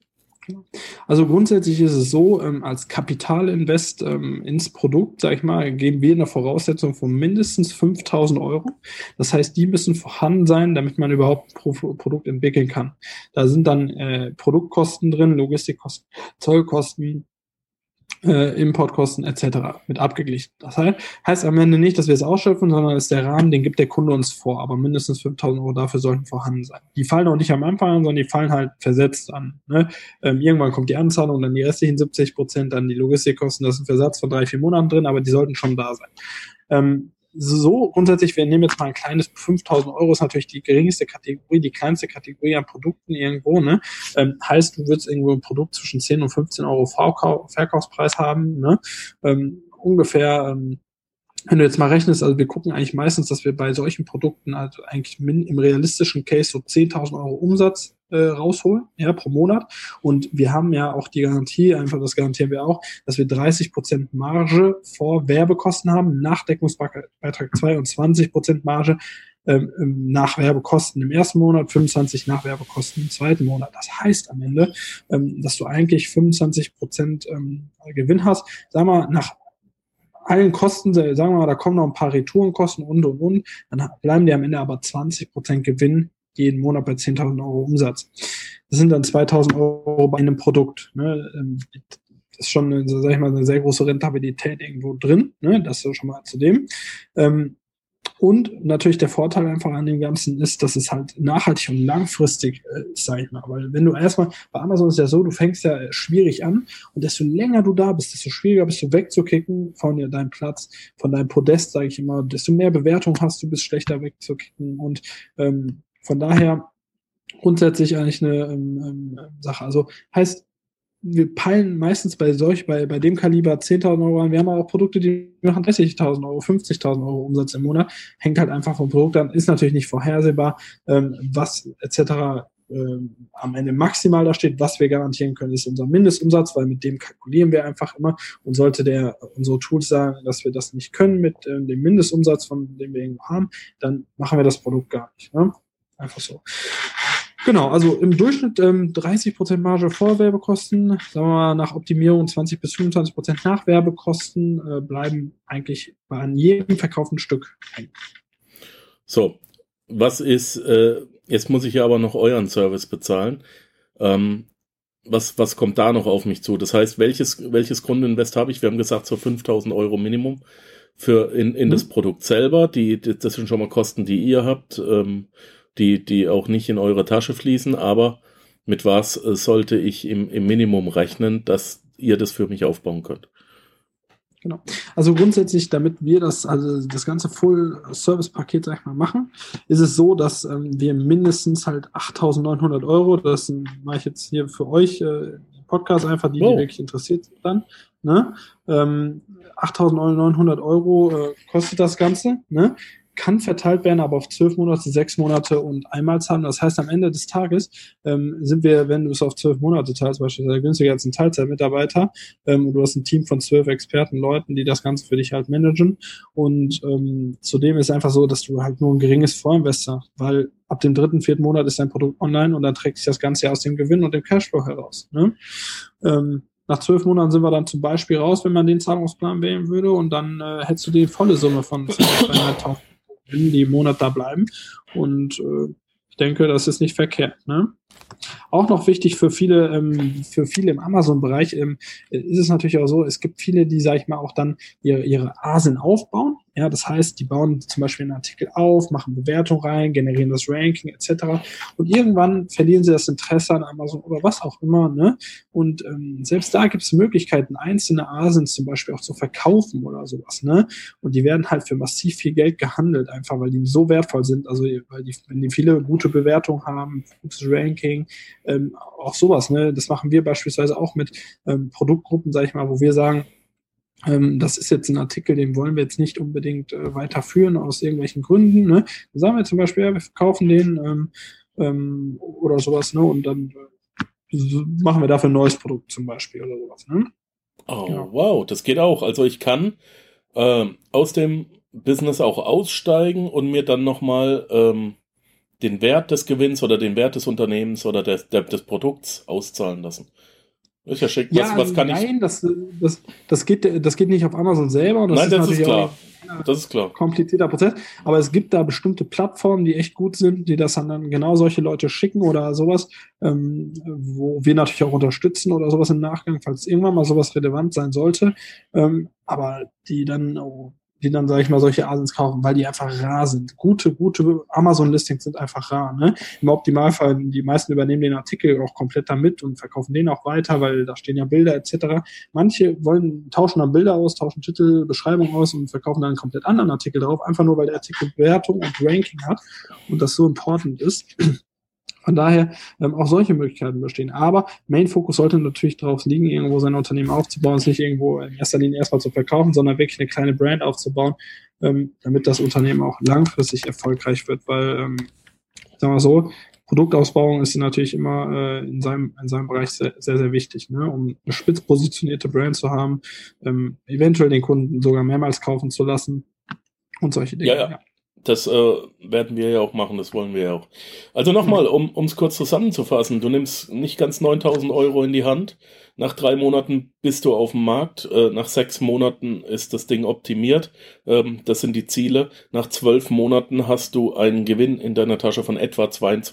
Also grundsätzlich ist es so, als Kapitalinvest ins Produkt, sag ich mal, geben wir eine Voraussetzung von mindestens 5.000 Euro. Das heißt, die müssen vorhanden sein, damit man überhaupt ein Produkt entwickeln kann. Da sind dann Produktkosten drin, Logistikkosten, Zollkosten, Importkosten etc. mit abgeglichen. Das heißt am Ende nicht, dass wir es ausschöpfen, sondern es ist der Rahmen, den gibt der Kunde uns vor, aber mindestens 5.000 Euro dafür sollten vorhanden sein. Die fallen auch nicht am Anfang an, sondern die fallen halt versetzt an. Ne? Irgendwann kommt die Anzahlung, dann die restlichen 70%, dann die Logistikkosten, das ist ein Versatz von 3-4 Monaten drin, aber die sollten schon da sein. So grundsätzlich, wir nehmen jetzt mal ein kleines 5.000 Euro, ist natürlich die geringste Kategorie, die kleinste Kategorie an Produkten irgendwo, ne? Heißt, du würdest irgendwo ein Produkt zwischen 10 und 15 Euro Verkaufspreis haben, ne? Ungefähr, wenn du jetzt mal rechnest, also wir gucken eigentlich meistens, dass wir bei solchen Produkten also eigentlich im realistischen Case so 10.000 Euro Umsatz rausholen, ja, pro Monat. Und wir haben ja auch die Garantie, einfach das garantieren wir auch, dass wir 30% Marge vor Werbekosten haben, nach Deckungsbeitrag 2 und 20% Marge nach Werbekosten im ersten Monat, 25 nach Werbekosten im zweiten Monat. Das heißt am Ende, dass du eigentlich 25% Gewinn hast. Sag mal, nach allen Kosten, sagen wir mal, da kommen noch ein paar Retourenkosten und, dann bleiben dir am Ende aber 20% Gewinn jeden Monat bei 10.000 Euro Umsatz. Das sind dann 2.000 Euro bei einem Produkt. Ne? Das ist schon, sag ich mal, eine sehr große Rentabilität irgendwo drin. Ne? Das ist schon mal zu dem. Und natürlich der Vorteil einfach an dem Ganzen ist, dass es halt nachhaltig und langfristig ist, sag ich mal. Weil wenn du erstmal, bei Amazon ist ja so, du fängst ja schwierig an und desto länger du da bist, desto schwieriger bist du wegzukicken von deinem Platz, von deinem Podest, sage ich immer, desto mehr Bewertung hast du, bist schlechter wegzukicken und von daher grundsätzlich eigentlich eine Sache. Also heißt, wir peilen meistens bei dem Kaliber 10.000 Euro an. Wir haben auch Produkte, die machen 30.000 Euro, 50.000 Euro Umsatz im Monat. Hängt halt einfach vom Produkt an. Ist natürlich nicht vorhersehbar, was etc. Am Ende maximal da steht. Was wir garantieren können, ist unser Mindestumsatz, weil mit dem kalkulieren wir einfach immer. Und sollte unsere Tools sagen, dass wir das nicht können mit dem Mindestumsatz, von dem wir irgendwo haben, dann machen wir das Produkt gar nicht. Ne? Einfach so. Genau, also im Durchschnitt 30% Marge vor Werbekosten, sagen wir mal nach Optimierung 20-25% nach Werbekosten bleiben eigentlich an jedem verkauften Stück hängen. So, was ist, jetzt muss ich ja aber noch euren Service bezahlen. Was kommt da noch auf mich zu? Das heißt, welches Grundinvest habe ich? Wir haben gesagt, so 5.000 Euro Minimum in das Produkt selber. Das sind schon mal Kosten, die ihr habt, die auch nicht in eure Tasche fließen, aber mit was sollte ich im Minimum rechnen, dass ihr das für mich aufbauen könnt? Genau. Also grundsätzlich, damit wir das ganze Full-Service-Paket, sag ich mal, machen, ist es so, dass wir mindestens halt 8.900 Euro, das mache ich jetzt hier für euch, Podcast einfach, die wirklich interessiert sind dann, ne? 8.900 Euro kostet das Ganze, ne? Kann verteilt werden, aber auf 12 Monate, 6 Monate und Einmalzahlung. Das heißt, am Ende des Tages sind wir, wenn du es auf 12 Monate teilst, beispielsweise günstiger als ein Teilzeitmitarbeiter, und du hast ein Team von 12 Experten, Leuten, die das Ganze für dich halt managen. Und zudem ist es einfach so, dass du halt nur ein geringes Vorinvest hast, weil ab dem 3., 4. Monat ist dein Produkt online und dann trägt sich das Ganze ja aus dem Gewinn und dem Cashflow heraus. Ne? Nach 12 Monaten sind wir dann zum Beispiel raus, wenn man den Zahlungsplan wählen würde, und dann hättest du die volle Summe von 2.500, die im Monat da bleiben. Und ich denke, das ist nicht verkehrt. Ne? Auch noch wichtig für viele im Amazon-Bereich ist es natürlich auch so, es gibt viele, die, sag ich mal, auch dann ihre ASIN aufbauen. Ja, das heißt, die bauen zum Beispiel einen Artikel auf, machen Bewertung rein, generieren das Ranking etc. Und irgendwann verlieren sie das Interesse an Amazon oder was auch immer. Ne? Und selbst da gibt es Möglichkeiten, einzelne ASINs zum Beispiel auch zu verkaufen oder sowas. Ne? Und die werden halt für massiv viel Geld gehandelt, einfach weil die so wertvoll sind. Also wenn die viele gute Bewertungen haben, gutes Ranking, auch sowas. Ne? Das machen wir beispielsweise auch mit Produktgruppen, sag ich mal, wo wir sagen, das ist jetzt ein Artikel, den wollen wir jetzt nicht unbedingt weiterführen aus irgendwelchen Gründen. Ne? Da sagen wir zum Beispiel, ja, wir verkaufen den oder sowas, ne? Und dann machen wir dafür ein neues Produkt zum Beispiel oder sowas, ne? Oh, Genau. wow, das geht auch. Also ich kann aus dem Business auch aussteigen und mir dann nochmal den Wert des Gewinns oder den Wert des Unternehmens oder des Produkts auszahlen lassen. Ist ja schick. Ja, Was kann ich? nein, das geht nicht auf Amazon selber. Das Nein, ist das ist natürlich klar. auch ein Das ist klar. komplizierter Prozess. Aber es gibt da bestimmte Plattformen, die echt gut sind, die das dann genau solche Leute schicken oder sowas, wo wir natürlich auch unterstützen oder sowas im Nachgang, falls irgendwann mal sowas relevant sein sollte. Aber die dann, sage ich mal, solche Asins kaufen, weil die einfach rar sind. Gute Amazon-Listings sind einfach rar. Ne? Im Optimalfall, die meisten übernehmen den Artikel auch komplett damit und verkaufen den auch weiter, weil da stehen ja Bilder etc. Manche tauschen dann Bilder aus, tauschen Titel, Beschreibung aus und verkaufen dann einen komplett anderen Artikel drauf, einfach nur, weil der Artikel Bewertung und Ranking hat und das so important ist. Von daher auch solche Möglichkeiten bestehen. Aber Main-Fokus sollte natürlich darauf liegen, irgendwo sein Unternehmen aufzubauen, es nicht irgendwo in erster Linie erstmal zu verkaufen, sondern wirklich eine kleine Brand aufzubauen, damit das Unternehmen auch langfristig erfolgreich wird. Weil, sagen wir so, Produktausbauung ist natürlich immer in seinem Bereich sehr, sehr, sehr wichtig, ne? Um eine spitz positionierte Brand zu haben, eventuell den Kunden sogar mehrmals kaufen zu lassen und solche Dinge. Ja. Das werden wir ja auch machen, das wollen wir ja auch. Also nochmal, um es kurz zusammenzufassen, du nimmst nicht ganz 9.000 Euro in die Hand, nach 3 Monaten bist du auf dem Markt, nach 6 Monaten ist das Ding optimiert, das sind die Ziele, nach 12 Monaten hast du einen Gewinn in deiner Tasche von etwa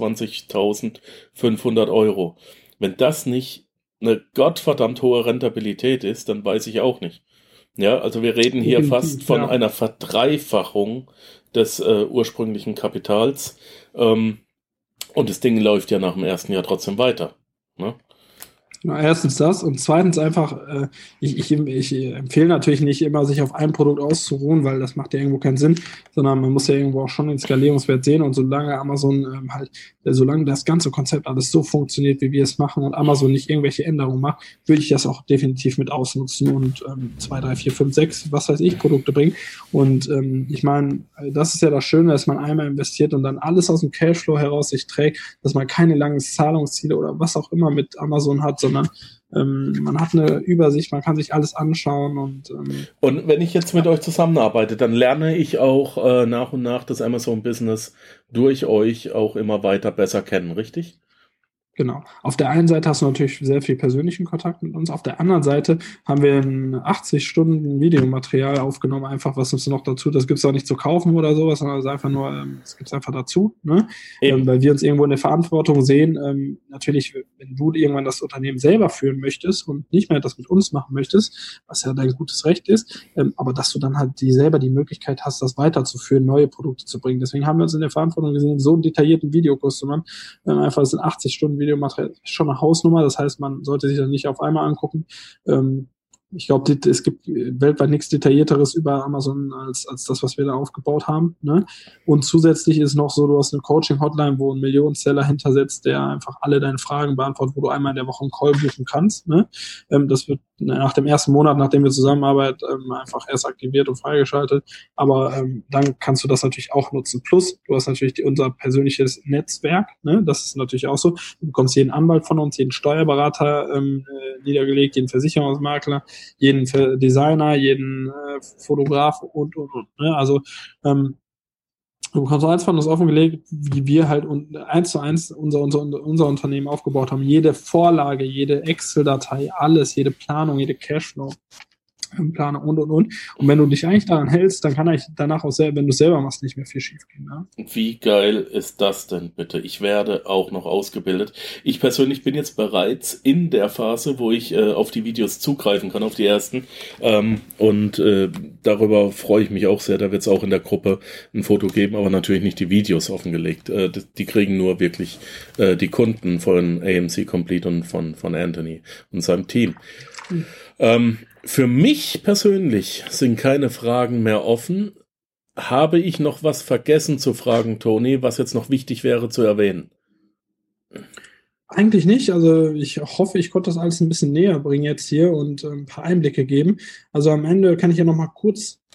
22.500 Euro. Wenn das nicht eine gottverdammt hohe Rentabilität ist, dann weiß ich auch nicht. Ja, also wir reden hier fast von einer Verdreifachung des ursprünglichen Kapitals. Und das Ding läuft ja nach dem ersten Jahr trotzdem weiter. Ne? Erstens das und zweitens einfach, ich empfehle natürlich nicht immer, sich auf einem Produkt auszuruhen, weil das macht ja irgendwo keinen Sinn, sondern man muss ja irgendwo auch schon den Skalierungswert sehen und solange Amazon solange das ganze Konzept alles so funktioniert, wie wir es machen und Amazon nicht irgendwelche Änderungen macht, würde ich das auch definitiv mit ausnutzen und 2, 3, 4, 5, 6, was weiß ich, Produkte bringen. Und ich meine, das ist ja das Schöne, dass man einmal investiert und dann alles aus dem Cashflow heraus sich trägt, dass man keine langen Zahlungsziele oder was auch immer mit Amazon hat, sondern man hat eine Übersicht, man kann sich alles anschauen und wenn ich jetzt mit euch zusammenarbeite, dann lerne ich auch nach und nach das Amazon-Business durch euch auch immer weiter besser kennen, richtig? Genau. Auf der einen Seite hast du natürlich sehr viel persönlichen Kontakt mit uns. Auf der anderen Seite haben wir ein 80 Stunden Videomaterial aufgenommen, einfach was uns noch dazu, das gibt es auch nicht zu kaufen oder sowas, sondern es ist einfach nur, es gibt es einfach dazu, ne? Weil wir uns irgendwo in der Verantwortung sehen. Natürlich, wenn du irgendwann das Unternehmen selber führen möchtest und nicht mehr das mit uns machen möchtest, was ja dein gutes Recht ist, aber dass du dann halt selber die Möglichkeit hast, das weiterzuführen, neue Produkte zu bringen. Deswegen haben wir uns in der Verantwortung gesehen, so einen detaillierten Videokurs zu machen. Einfach, es sind 80 Stunden Videomaterial, ist schon eine Hausnummer, das heißt, man sollte sich das nicht auf einmal angucken. Ich glaube, es gibt weltweit nichts Detaillierteres über Amazon als das, was wir da aufgebaut haben. Ne? Und zusätzlich ist noch so, du hast eine Coaching-Hotline, wo ein Millionenseller hintersetzt, der einfach alle deine Fragen beantwortet, wo du einmal in der Woche einen Call buchen kannst. Ne? Das wird nach dem ersten Monat, nachdem wir zusammenarbeiten, einfach erst aktiviert und freigeschaltet. Aber dann kannst du das natürlich auch nutzen. Plus, du hast natürlich unser persönliches Netzwerk. Ne? Das ist natürlich auch so. Du bekommst jeden Anwalt von uns, jeden Steuerberater niedergelegt, jeden Versicherungsmakler, jeden Designer, jeden Fotograf und. Ne? Also du bekommst eins von uns offengelegt, wie wir halt 1:1 unser Unternehmen aufgebaut haben. Jede Vorlage, jede Excel-Datei, alles, jede Planung, jede Cashflow. Planung und. Und wenn du dich eigentlich daran hältst, dann kann eigentlich danach auch selber, wenn du es selber machst, nicht mehr viel schief gehen. Ne? Wie geil ist das denn bitte? Ich werde auch noch ausgebildet. Ich persönlich bin jetzt bereits in der Phase, wo ich auf die Videos zugreifen kann, auf die ersten. Darüber freue ich mich auch sehr. Da wird es auch in der Gruppe ein Foto geben, aber natürlich nicht die Videos offengelegt. Die kriegen nur wirklich die Kunden von AMC Complete und von Anthony und seinem Team. Für mich persönlich sind keine Fragen mehr offen. Habe ich noch was vergessen zu fragen, Toni, was jetzt noch wichtig wäre zu erwähnen? Eigentlich nicht. Also ich hoffe, ich konnte das alles ein bisschen näher bringen jetzt hier und ein paar Einblicke geben. Also am Ende kann ich ja noch mal kurz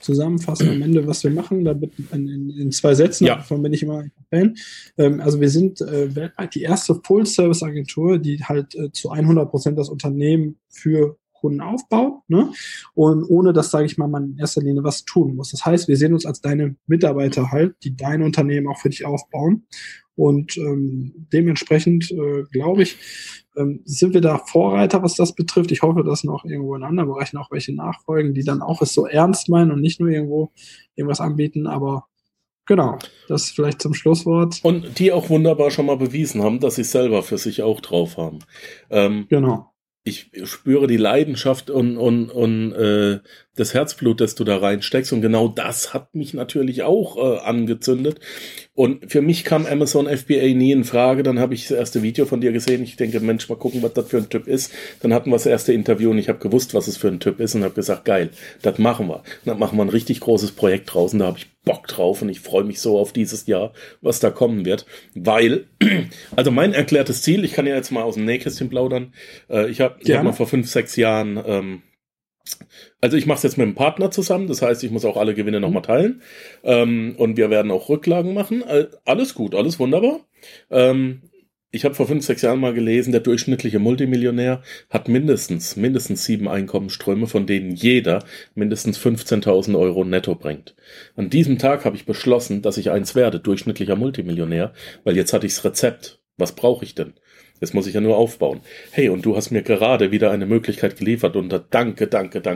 zusammenfassen am Ende, was wir machen, damit in 2 Sätzen, davon bin ich immer ein Fan. Also wir sind weltweit die erste Full-Service-Agentur, die halt zu 100% das Unternehmen für Kunden aufbaut, ne? Und ohne dass, sage ich mal, man in erster Linie was tun muss. Das heißt, wir sehen uns als deine Mitarbeiter halt, die dein Unternehmen auch für dich aufbauen. Und dementsprechend, glaube ich, sind wir da Vorreiter, was das betrifft. Ich hoffe, dass noch irgendwo in anderen Bereichen auch welche nachfolgen, die dann auch es so ernst meinen und nicht nur irgendwo irgendwas anbieten. Aber genau, das vielleicht zum Schlusswort. Und die auch wunderbar schon mal bewiesen haben, dass sie es selber für sich auch drauf haben. Genau. Ich spüre die Leidenschaft und das Herzblut, das du da reinsteckst. Und genau das hat mich natürlich auch angezündet. Und für mich kam Amazon FBA nie in Frage. Dann habe ich das erste Video von dir gesehen. Ich denke, Mensch, mal gucken, was das für ein Typ ist. Dann hatten wir das erste Interview und ich habe gewusst, was es für ein Typ ist und habe gesagt, geil, das machen wir. Und dann machen wir ein richtig großes Projekt draußen. Da habe ich Bock drauf und ich freue mich so auf dieses Jahr, was da kommen wird. Weil, also mein erklärtes Ziel, ich kann ja jetzt mal aus dem Nähkästchen plaudern. Ich hab mal vor 5, 6 Jahren... Also ich mache es jetzt mit einem Partner zusammen, das heißt, ich muss auch alle Gewinne nochmal teilen und wir werden auch Rücklagen machen. Alles gut, alles wunderbar. Ich habe vor 5, 6 Jahren mal gelesen, der durchschnittliche Multimillionär hat mindestens 7 Einkommensströme, von denen jeder mindestens 15.000 Euro netto bringt. An diesem Tag habe ich beschlossen, dass ich eins werde, durchschnittlicher Multimillionär, weil jetzt hatte ich das Rezept. Was brauche ich denn? Jetzt muss ich ja nur aufbauen. Hey, und du hast mir gerade wieder eine Möglichkeit geliefert und danke.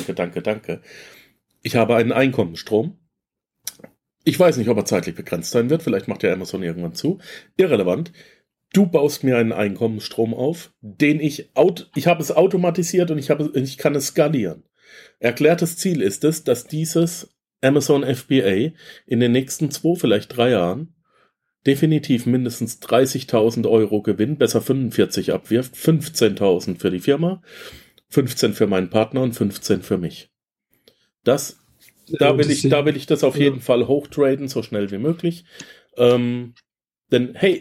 Ich habe einen Einkommensstrom. Ich weiß nicht, ob er zeitlich begrenzt sein wird. Vielleicht macht ja Amazon irgendwann zu. Irrelevant. Du baust mir einen Einkommensstrom auf, den ich habe es automatisiert und ich kann es skalieren. Erklärtes Ziel ist es, dass dieses Amazon FBA in den nächsten 2, vielleicht 3 Jahren definitiv mindestens 30.000 Euro Gewinn, besser 45 abwirft, 15.000 für die Firma, 15 für meinen Partner und 15 für mich. Da will ich das auf jeden Fall hochtraden, so schnell wie möglich. Denn, hey,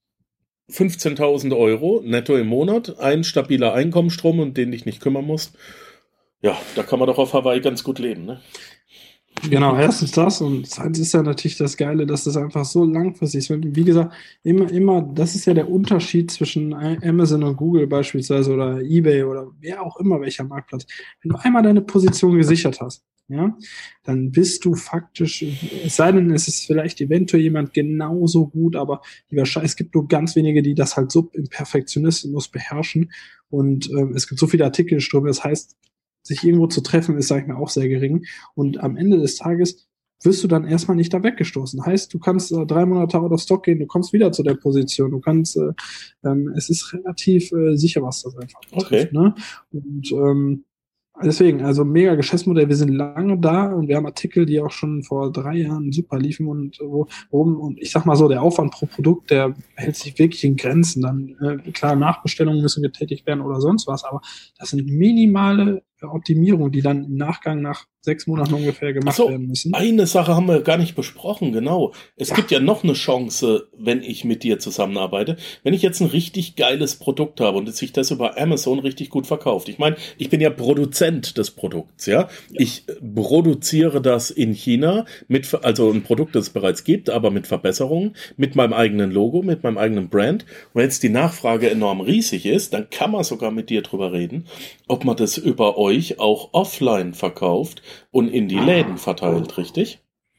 15.000 Euro netto im Monat, ein stabiler Einkommensstrom, um den dich nicht kümmern musst. Ja, da kann man doch auf Hawaii ganz gut leben, ne? Genau, erstens das und zweitens ist ja natürlich das Geile, dass das einfach so langfristig ist. Wie gesagt, immer, das ist ja der Unterschied zwischen Amazon und Google beispielsweise oder eBay oder wer auch immer, welcher Marktplatz. Wenn du einmal deine Position gesichert hast, ja, dann bist du faktisch, es sei denn, es ist vielleicht eventuell jemand genauso gut, aber es gibt nur ganz wenige, die das halt so im Perfektionismus beherrschen und es gibt so viele Artikelströme, das heißt, sich irgendwo zu treffen, ist, sag ich mal, auch sehr gering. Und am Ende des Tages wirst du dann erstmal nicht da weggestoßen. Heißt, du kannst 3 Monate out of stock gehen, du kommst wieder zu der Position, du kannst, es ist relativ sicher, was das einfach betrifft. Ne? Und deswegen, also mega Geschäftsmodell, wir sind lange da und wir haben Artikel, die auch schon vor 3 Jahren super liefen und und ich sag mal so, der Aufwand pro Produkt, der hält sich wirklich in Grenzen. Dann, klar, Nachbestellungen müssen getätigt werden oder sonst was, aber das sind minimale Optimierungen, die dann im Nachgang nach 6 Monaten ungefähr gemacht werden müssen. Eine Sache haben wir gar nicht besprochen, genau. Es gibt ja noch eine Chance, wenn ich mit dir zusammenarbeite. Wenn ich jetzt ein richtig geiles Produkt habe und sich das über Amazon richtig gut verkauft. Ich meine, ich bin ja Produzent des Produkts, ja. Ich produziere das in China also ein Produkt, das es bereits gibt, aber mit Verbesserungen, mit meinem eigenen Logo, mit meinem eigenen Brand. Und wenn jetzt die Nachfrage enorm riesig ist, dann kann man sogar mit dir drüber reden, ob man das über euch auch offline verkauft und in die Läden verteilt, richtig?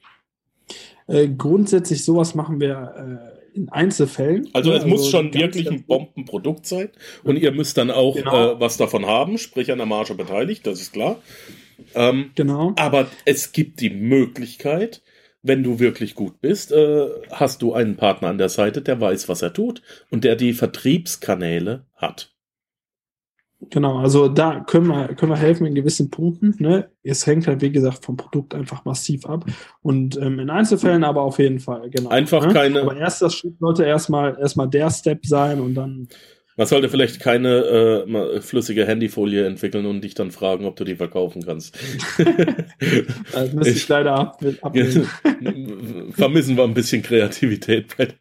Grundsätzlich sowas machen wir in Einzelfällen. Also es muss schon wirklich ein Bombenprodukt sein und ihr müsst dann auch was davon haben, sprich an der Marge beteiligt, das ist klar. Genau. Aber es gibt die Möglichkeit, wenn du wirklich gut bist, hast du einen Partner an der Seite, der weiß, was er tut und der die Vertriebskanäle hat. Genau, also da können wir helfen in gewissen Punkten. Ne? Es hängt halt, wie gesagt, vom Produkt einfach massiv ab. Und in Einzelfällen aber auf jeden Fall, genau. Einfach ne? keine. Aber das Schritt sollte erstmal der Step sein und dann. Man sollte vielleicht keine flüssige Handyfolie entwickeln und dich dann fragen, ob du die verkaufen kannst. Das müsste ich leider ablehnen. Vermissen wir ein bisschen Kreativität bei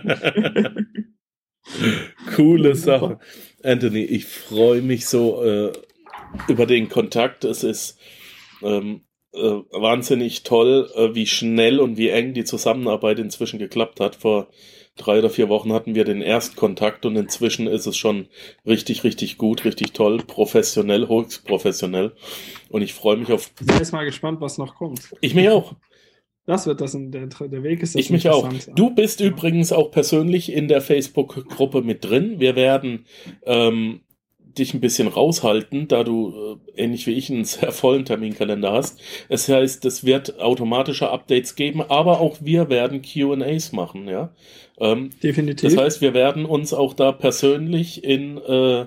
Coole Sache. Anthony, ich freue mich so über den Kontakt. Es ist wahnsinnig toll, wie schnell und wie eng die Zusammenarbeit inzwischen geklappt hat. Vor 3 oder 4 Wochen hatten wir den Erstkontakt und inzwischen ist es schon richtig, richtig gut, richtig toll, professionell, höchst professionell. Und ich freue mich auf... Ich bin jetzt mal gespannt, was noch kommt. Ich mich auch. Das wird der Weg ist das ich mich auch. Du bist übrigens auch persönlich in der Facebook-Gruppe mit drin. Wir werden dich ein bisschen raushalten, da du ähnlich wie ich einen sehr vollen Terminkalender hast. Es heißt, es wird automatische Updates geben, aber auch wir werden Q&As machen, ja. Definitiv. Das heißt, wir werden uns auch da persönlich in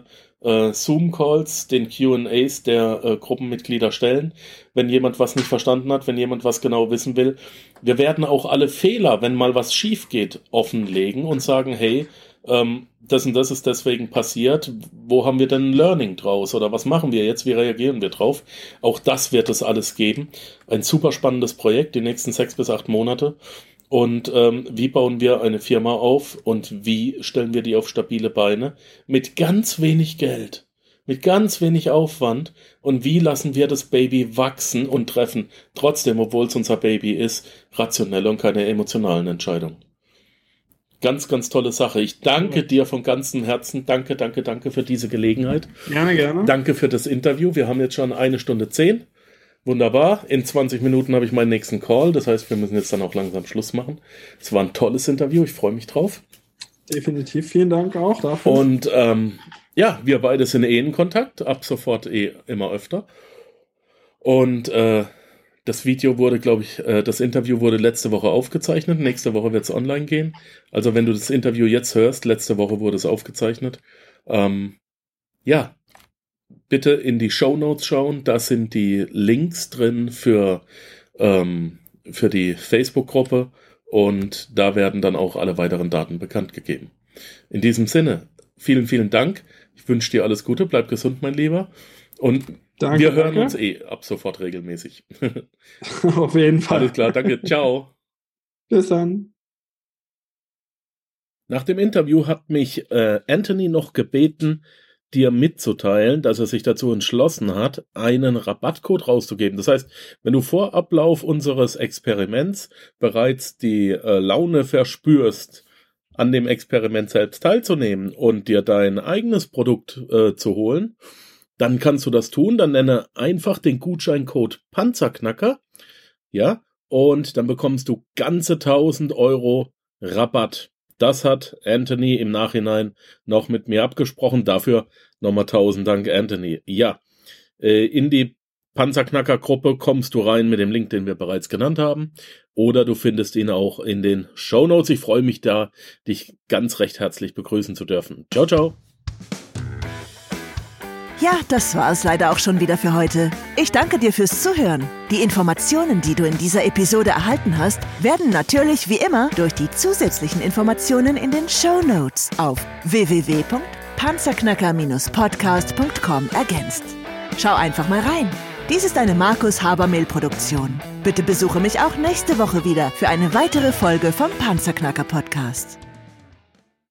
Zoom-Calls den Q&As der Gruppenmitglieder stellen, wenn jemand was nicht verstanden hat, wenn jemand was genau wissen will. Wir werden auch alle Fehler, wenn mal was schief geht, offenlegen und sagen, hey, das und das ist deswegen passiert, wo haben wir denn ein Learning draus oder was machen wir jetzt, wie reagieren wir drauf? Auch das wird es alles geben. Ein super spannendes Projekt, die nächsten 6 bis 8 Monate. Und wie bauen wir eine Firma auf und wie stellen wir die auf stabile Beine? Mit ganz wenig Geld, mit ganz wenig Aufwand. Und wie lassen wir das Baby wachsen und treffen, trotzdem, obwohl es unser Baby ist, rationelle und keine emotionalen Entscheidungen. Ganz, ganz tolle Sache. Ich danke dir von ganzem Herzen. Danke für diese Gelegenheit. Gerne. Danke für das Interview. Wir haben jetzt schon 1 Stunde 10. Wunderbar. In 20 Minuten habe ich meinen nächsten Call. Das heißt, wir müssen jetzt dann auch langsam Schluss machen. Es war ein tolles Interview. Ich freue mich drauf. Definitiv. Vielen Dank auch dafür. Und ja, wir beide sind in Kontakt. Ab sofort immer öfter. Und das Video wurde, glaube ich, das Interview wurde letzte Woche aufgezeichnet. Nächste Woche wird es online gehen. Also wenn du das Interview jetzt hörst, letzte Woche wurde es aufgezeichnet. Ja, bitte in die Shownotes schauen. Da sind die Links drin für die Facebook-Gruppe. Und da werden dann auch alle weiteren Daten bekannt gegeben. In diesem Sinne, vielen, vielen Dank. Ich wünsche dir alles Gute. Bleib gesund, mein Lieber. Und wir hören uns ab sofort regelmäßig. Auf jeden Fall. Alles klar, danke. Ciao. Bis dann. Nach dem Interview hat mich Anthony noch gebeten, dir mitzuteilen, dass er sich dazu entschlossen hat, einen Rabattcode rauszugeben. Das heißt, wenn du vor Ablauf unseres Experiments bereits die Laune verspürst, an dem Experiment selbst teilzunehmen und dir dein eigenes Produkt zu holen, dann kannst du das tun. Dann nenne einfach den Gutscheincode Panzerknacker, ja, und dann bekommst du ganze 1.000 € Rabatt. Das hat Anthony im Nachhinein noch mit mir abgesprochen. Dafür nochmal 1000 Dank, Anthony. Ja, in die Panzerknacker-Gruppe kommst du rein mit dem Link, den wir bereits genannt haben. Oder du findest ihn auch in den Shownotes. Ich freue mich da, dich ganz recht herzlich begrüßen zu dürfen. Ciao, ciao. Ja, das war es leider auch schon wieder für heute. Ich danke dir fürs Zuhören. Die Informationen, die du in dieser Episode erhalten hast, werden natürlich wie immer durch die zusätzlichen Informationen in den Shownotes auf www.panzerknacker-podcast.com ergänzt. Schau einfach mal rein. Dies ist eine Markus Habermehl-Produktion. Bitte besuche mich auch nächste Woche wieder für eine weitere Folge vom Panzerknacker-Podcast.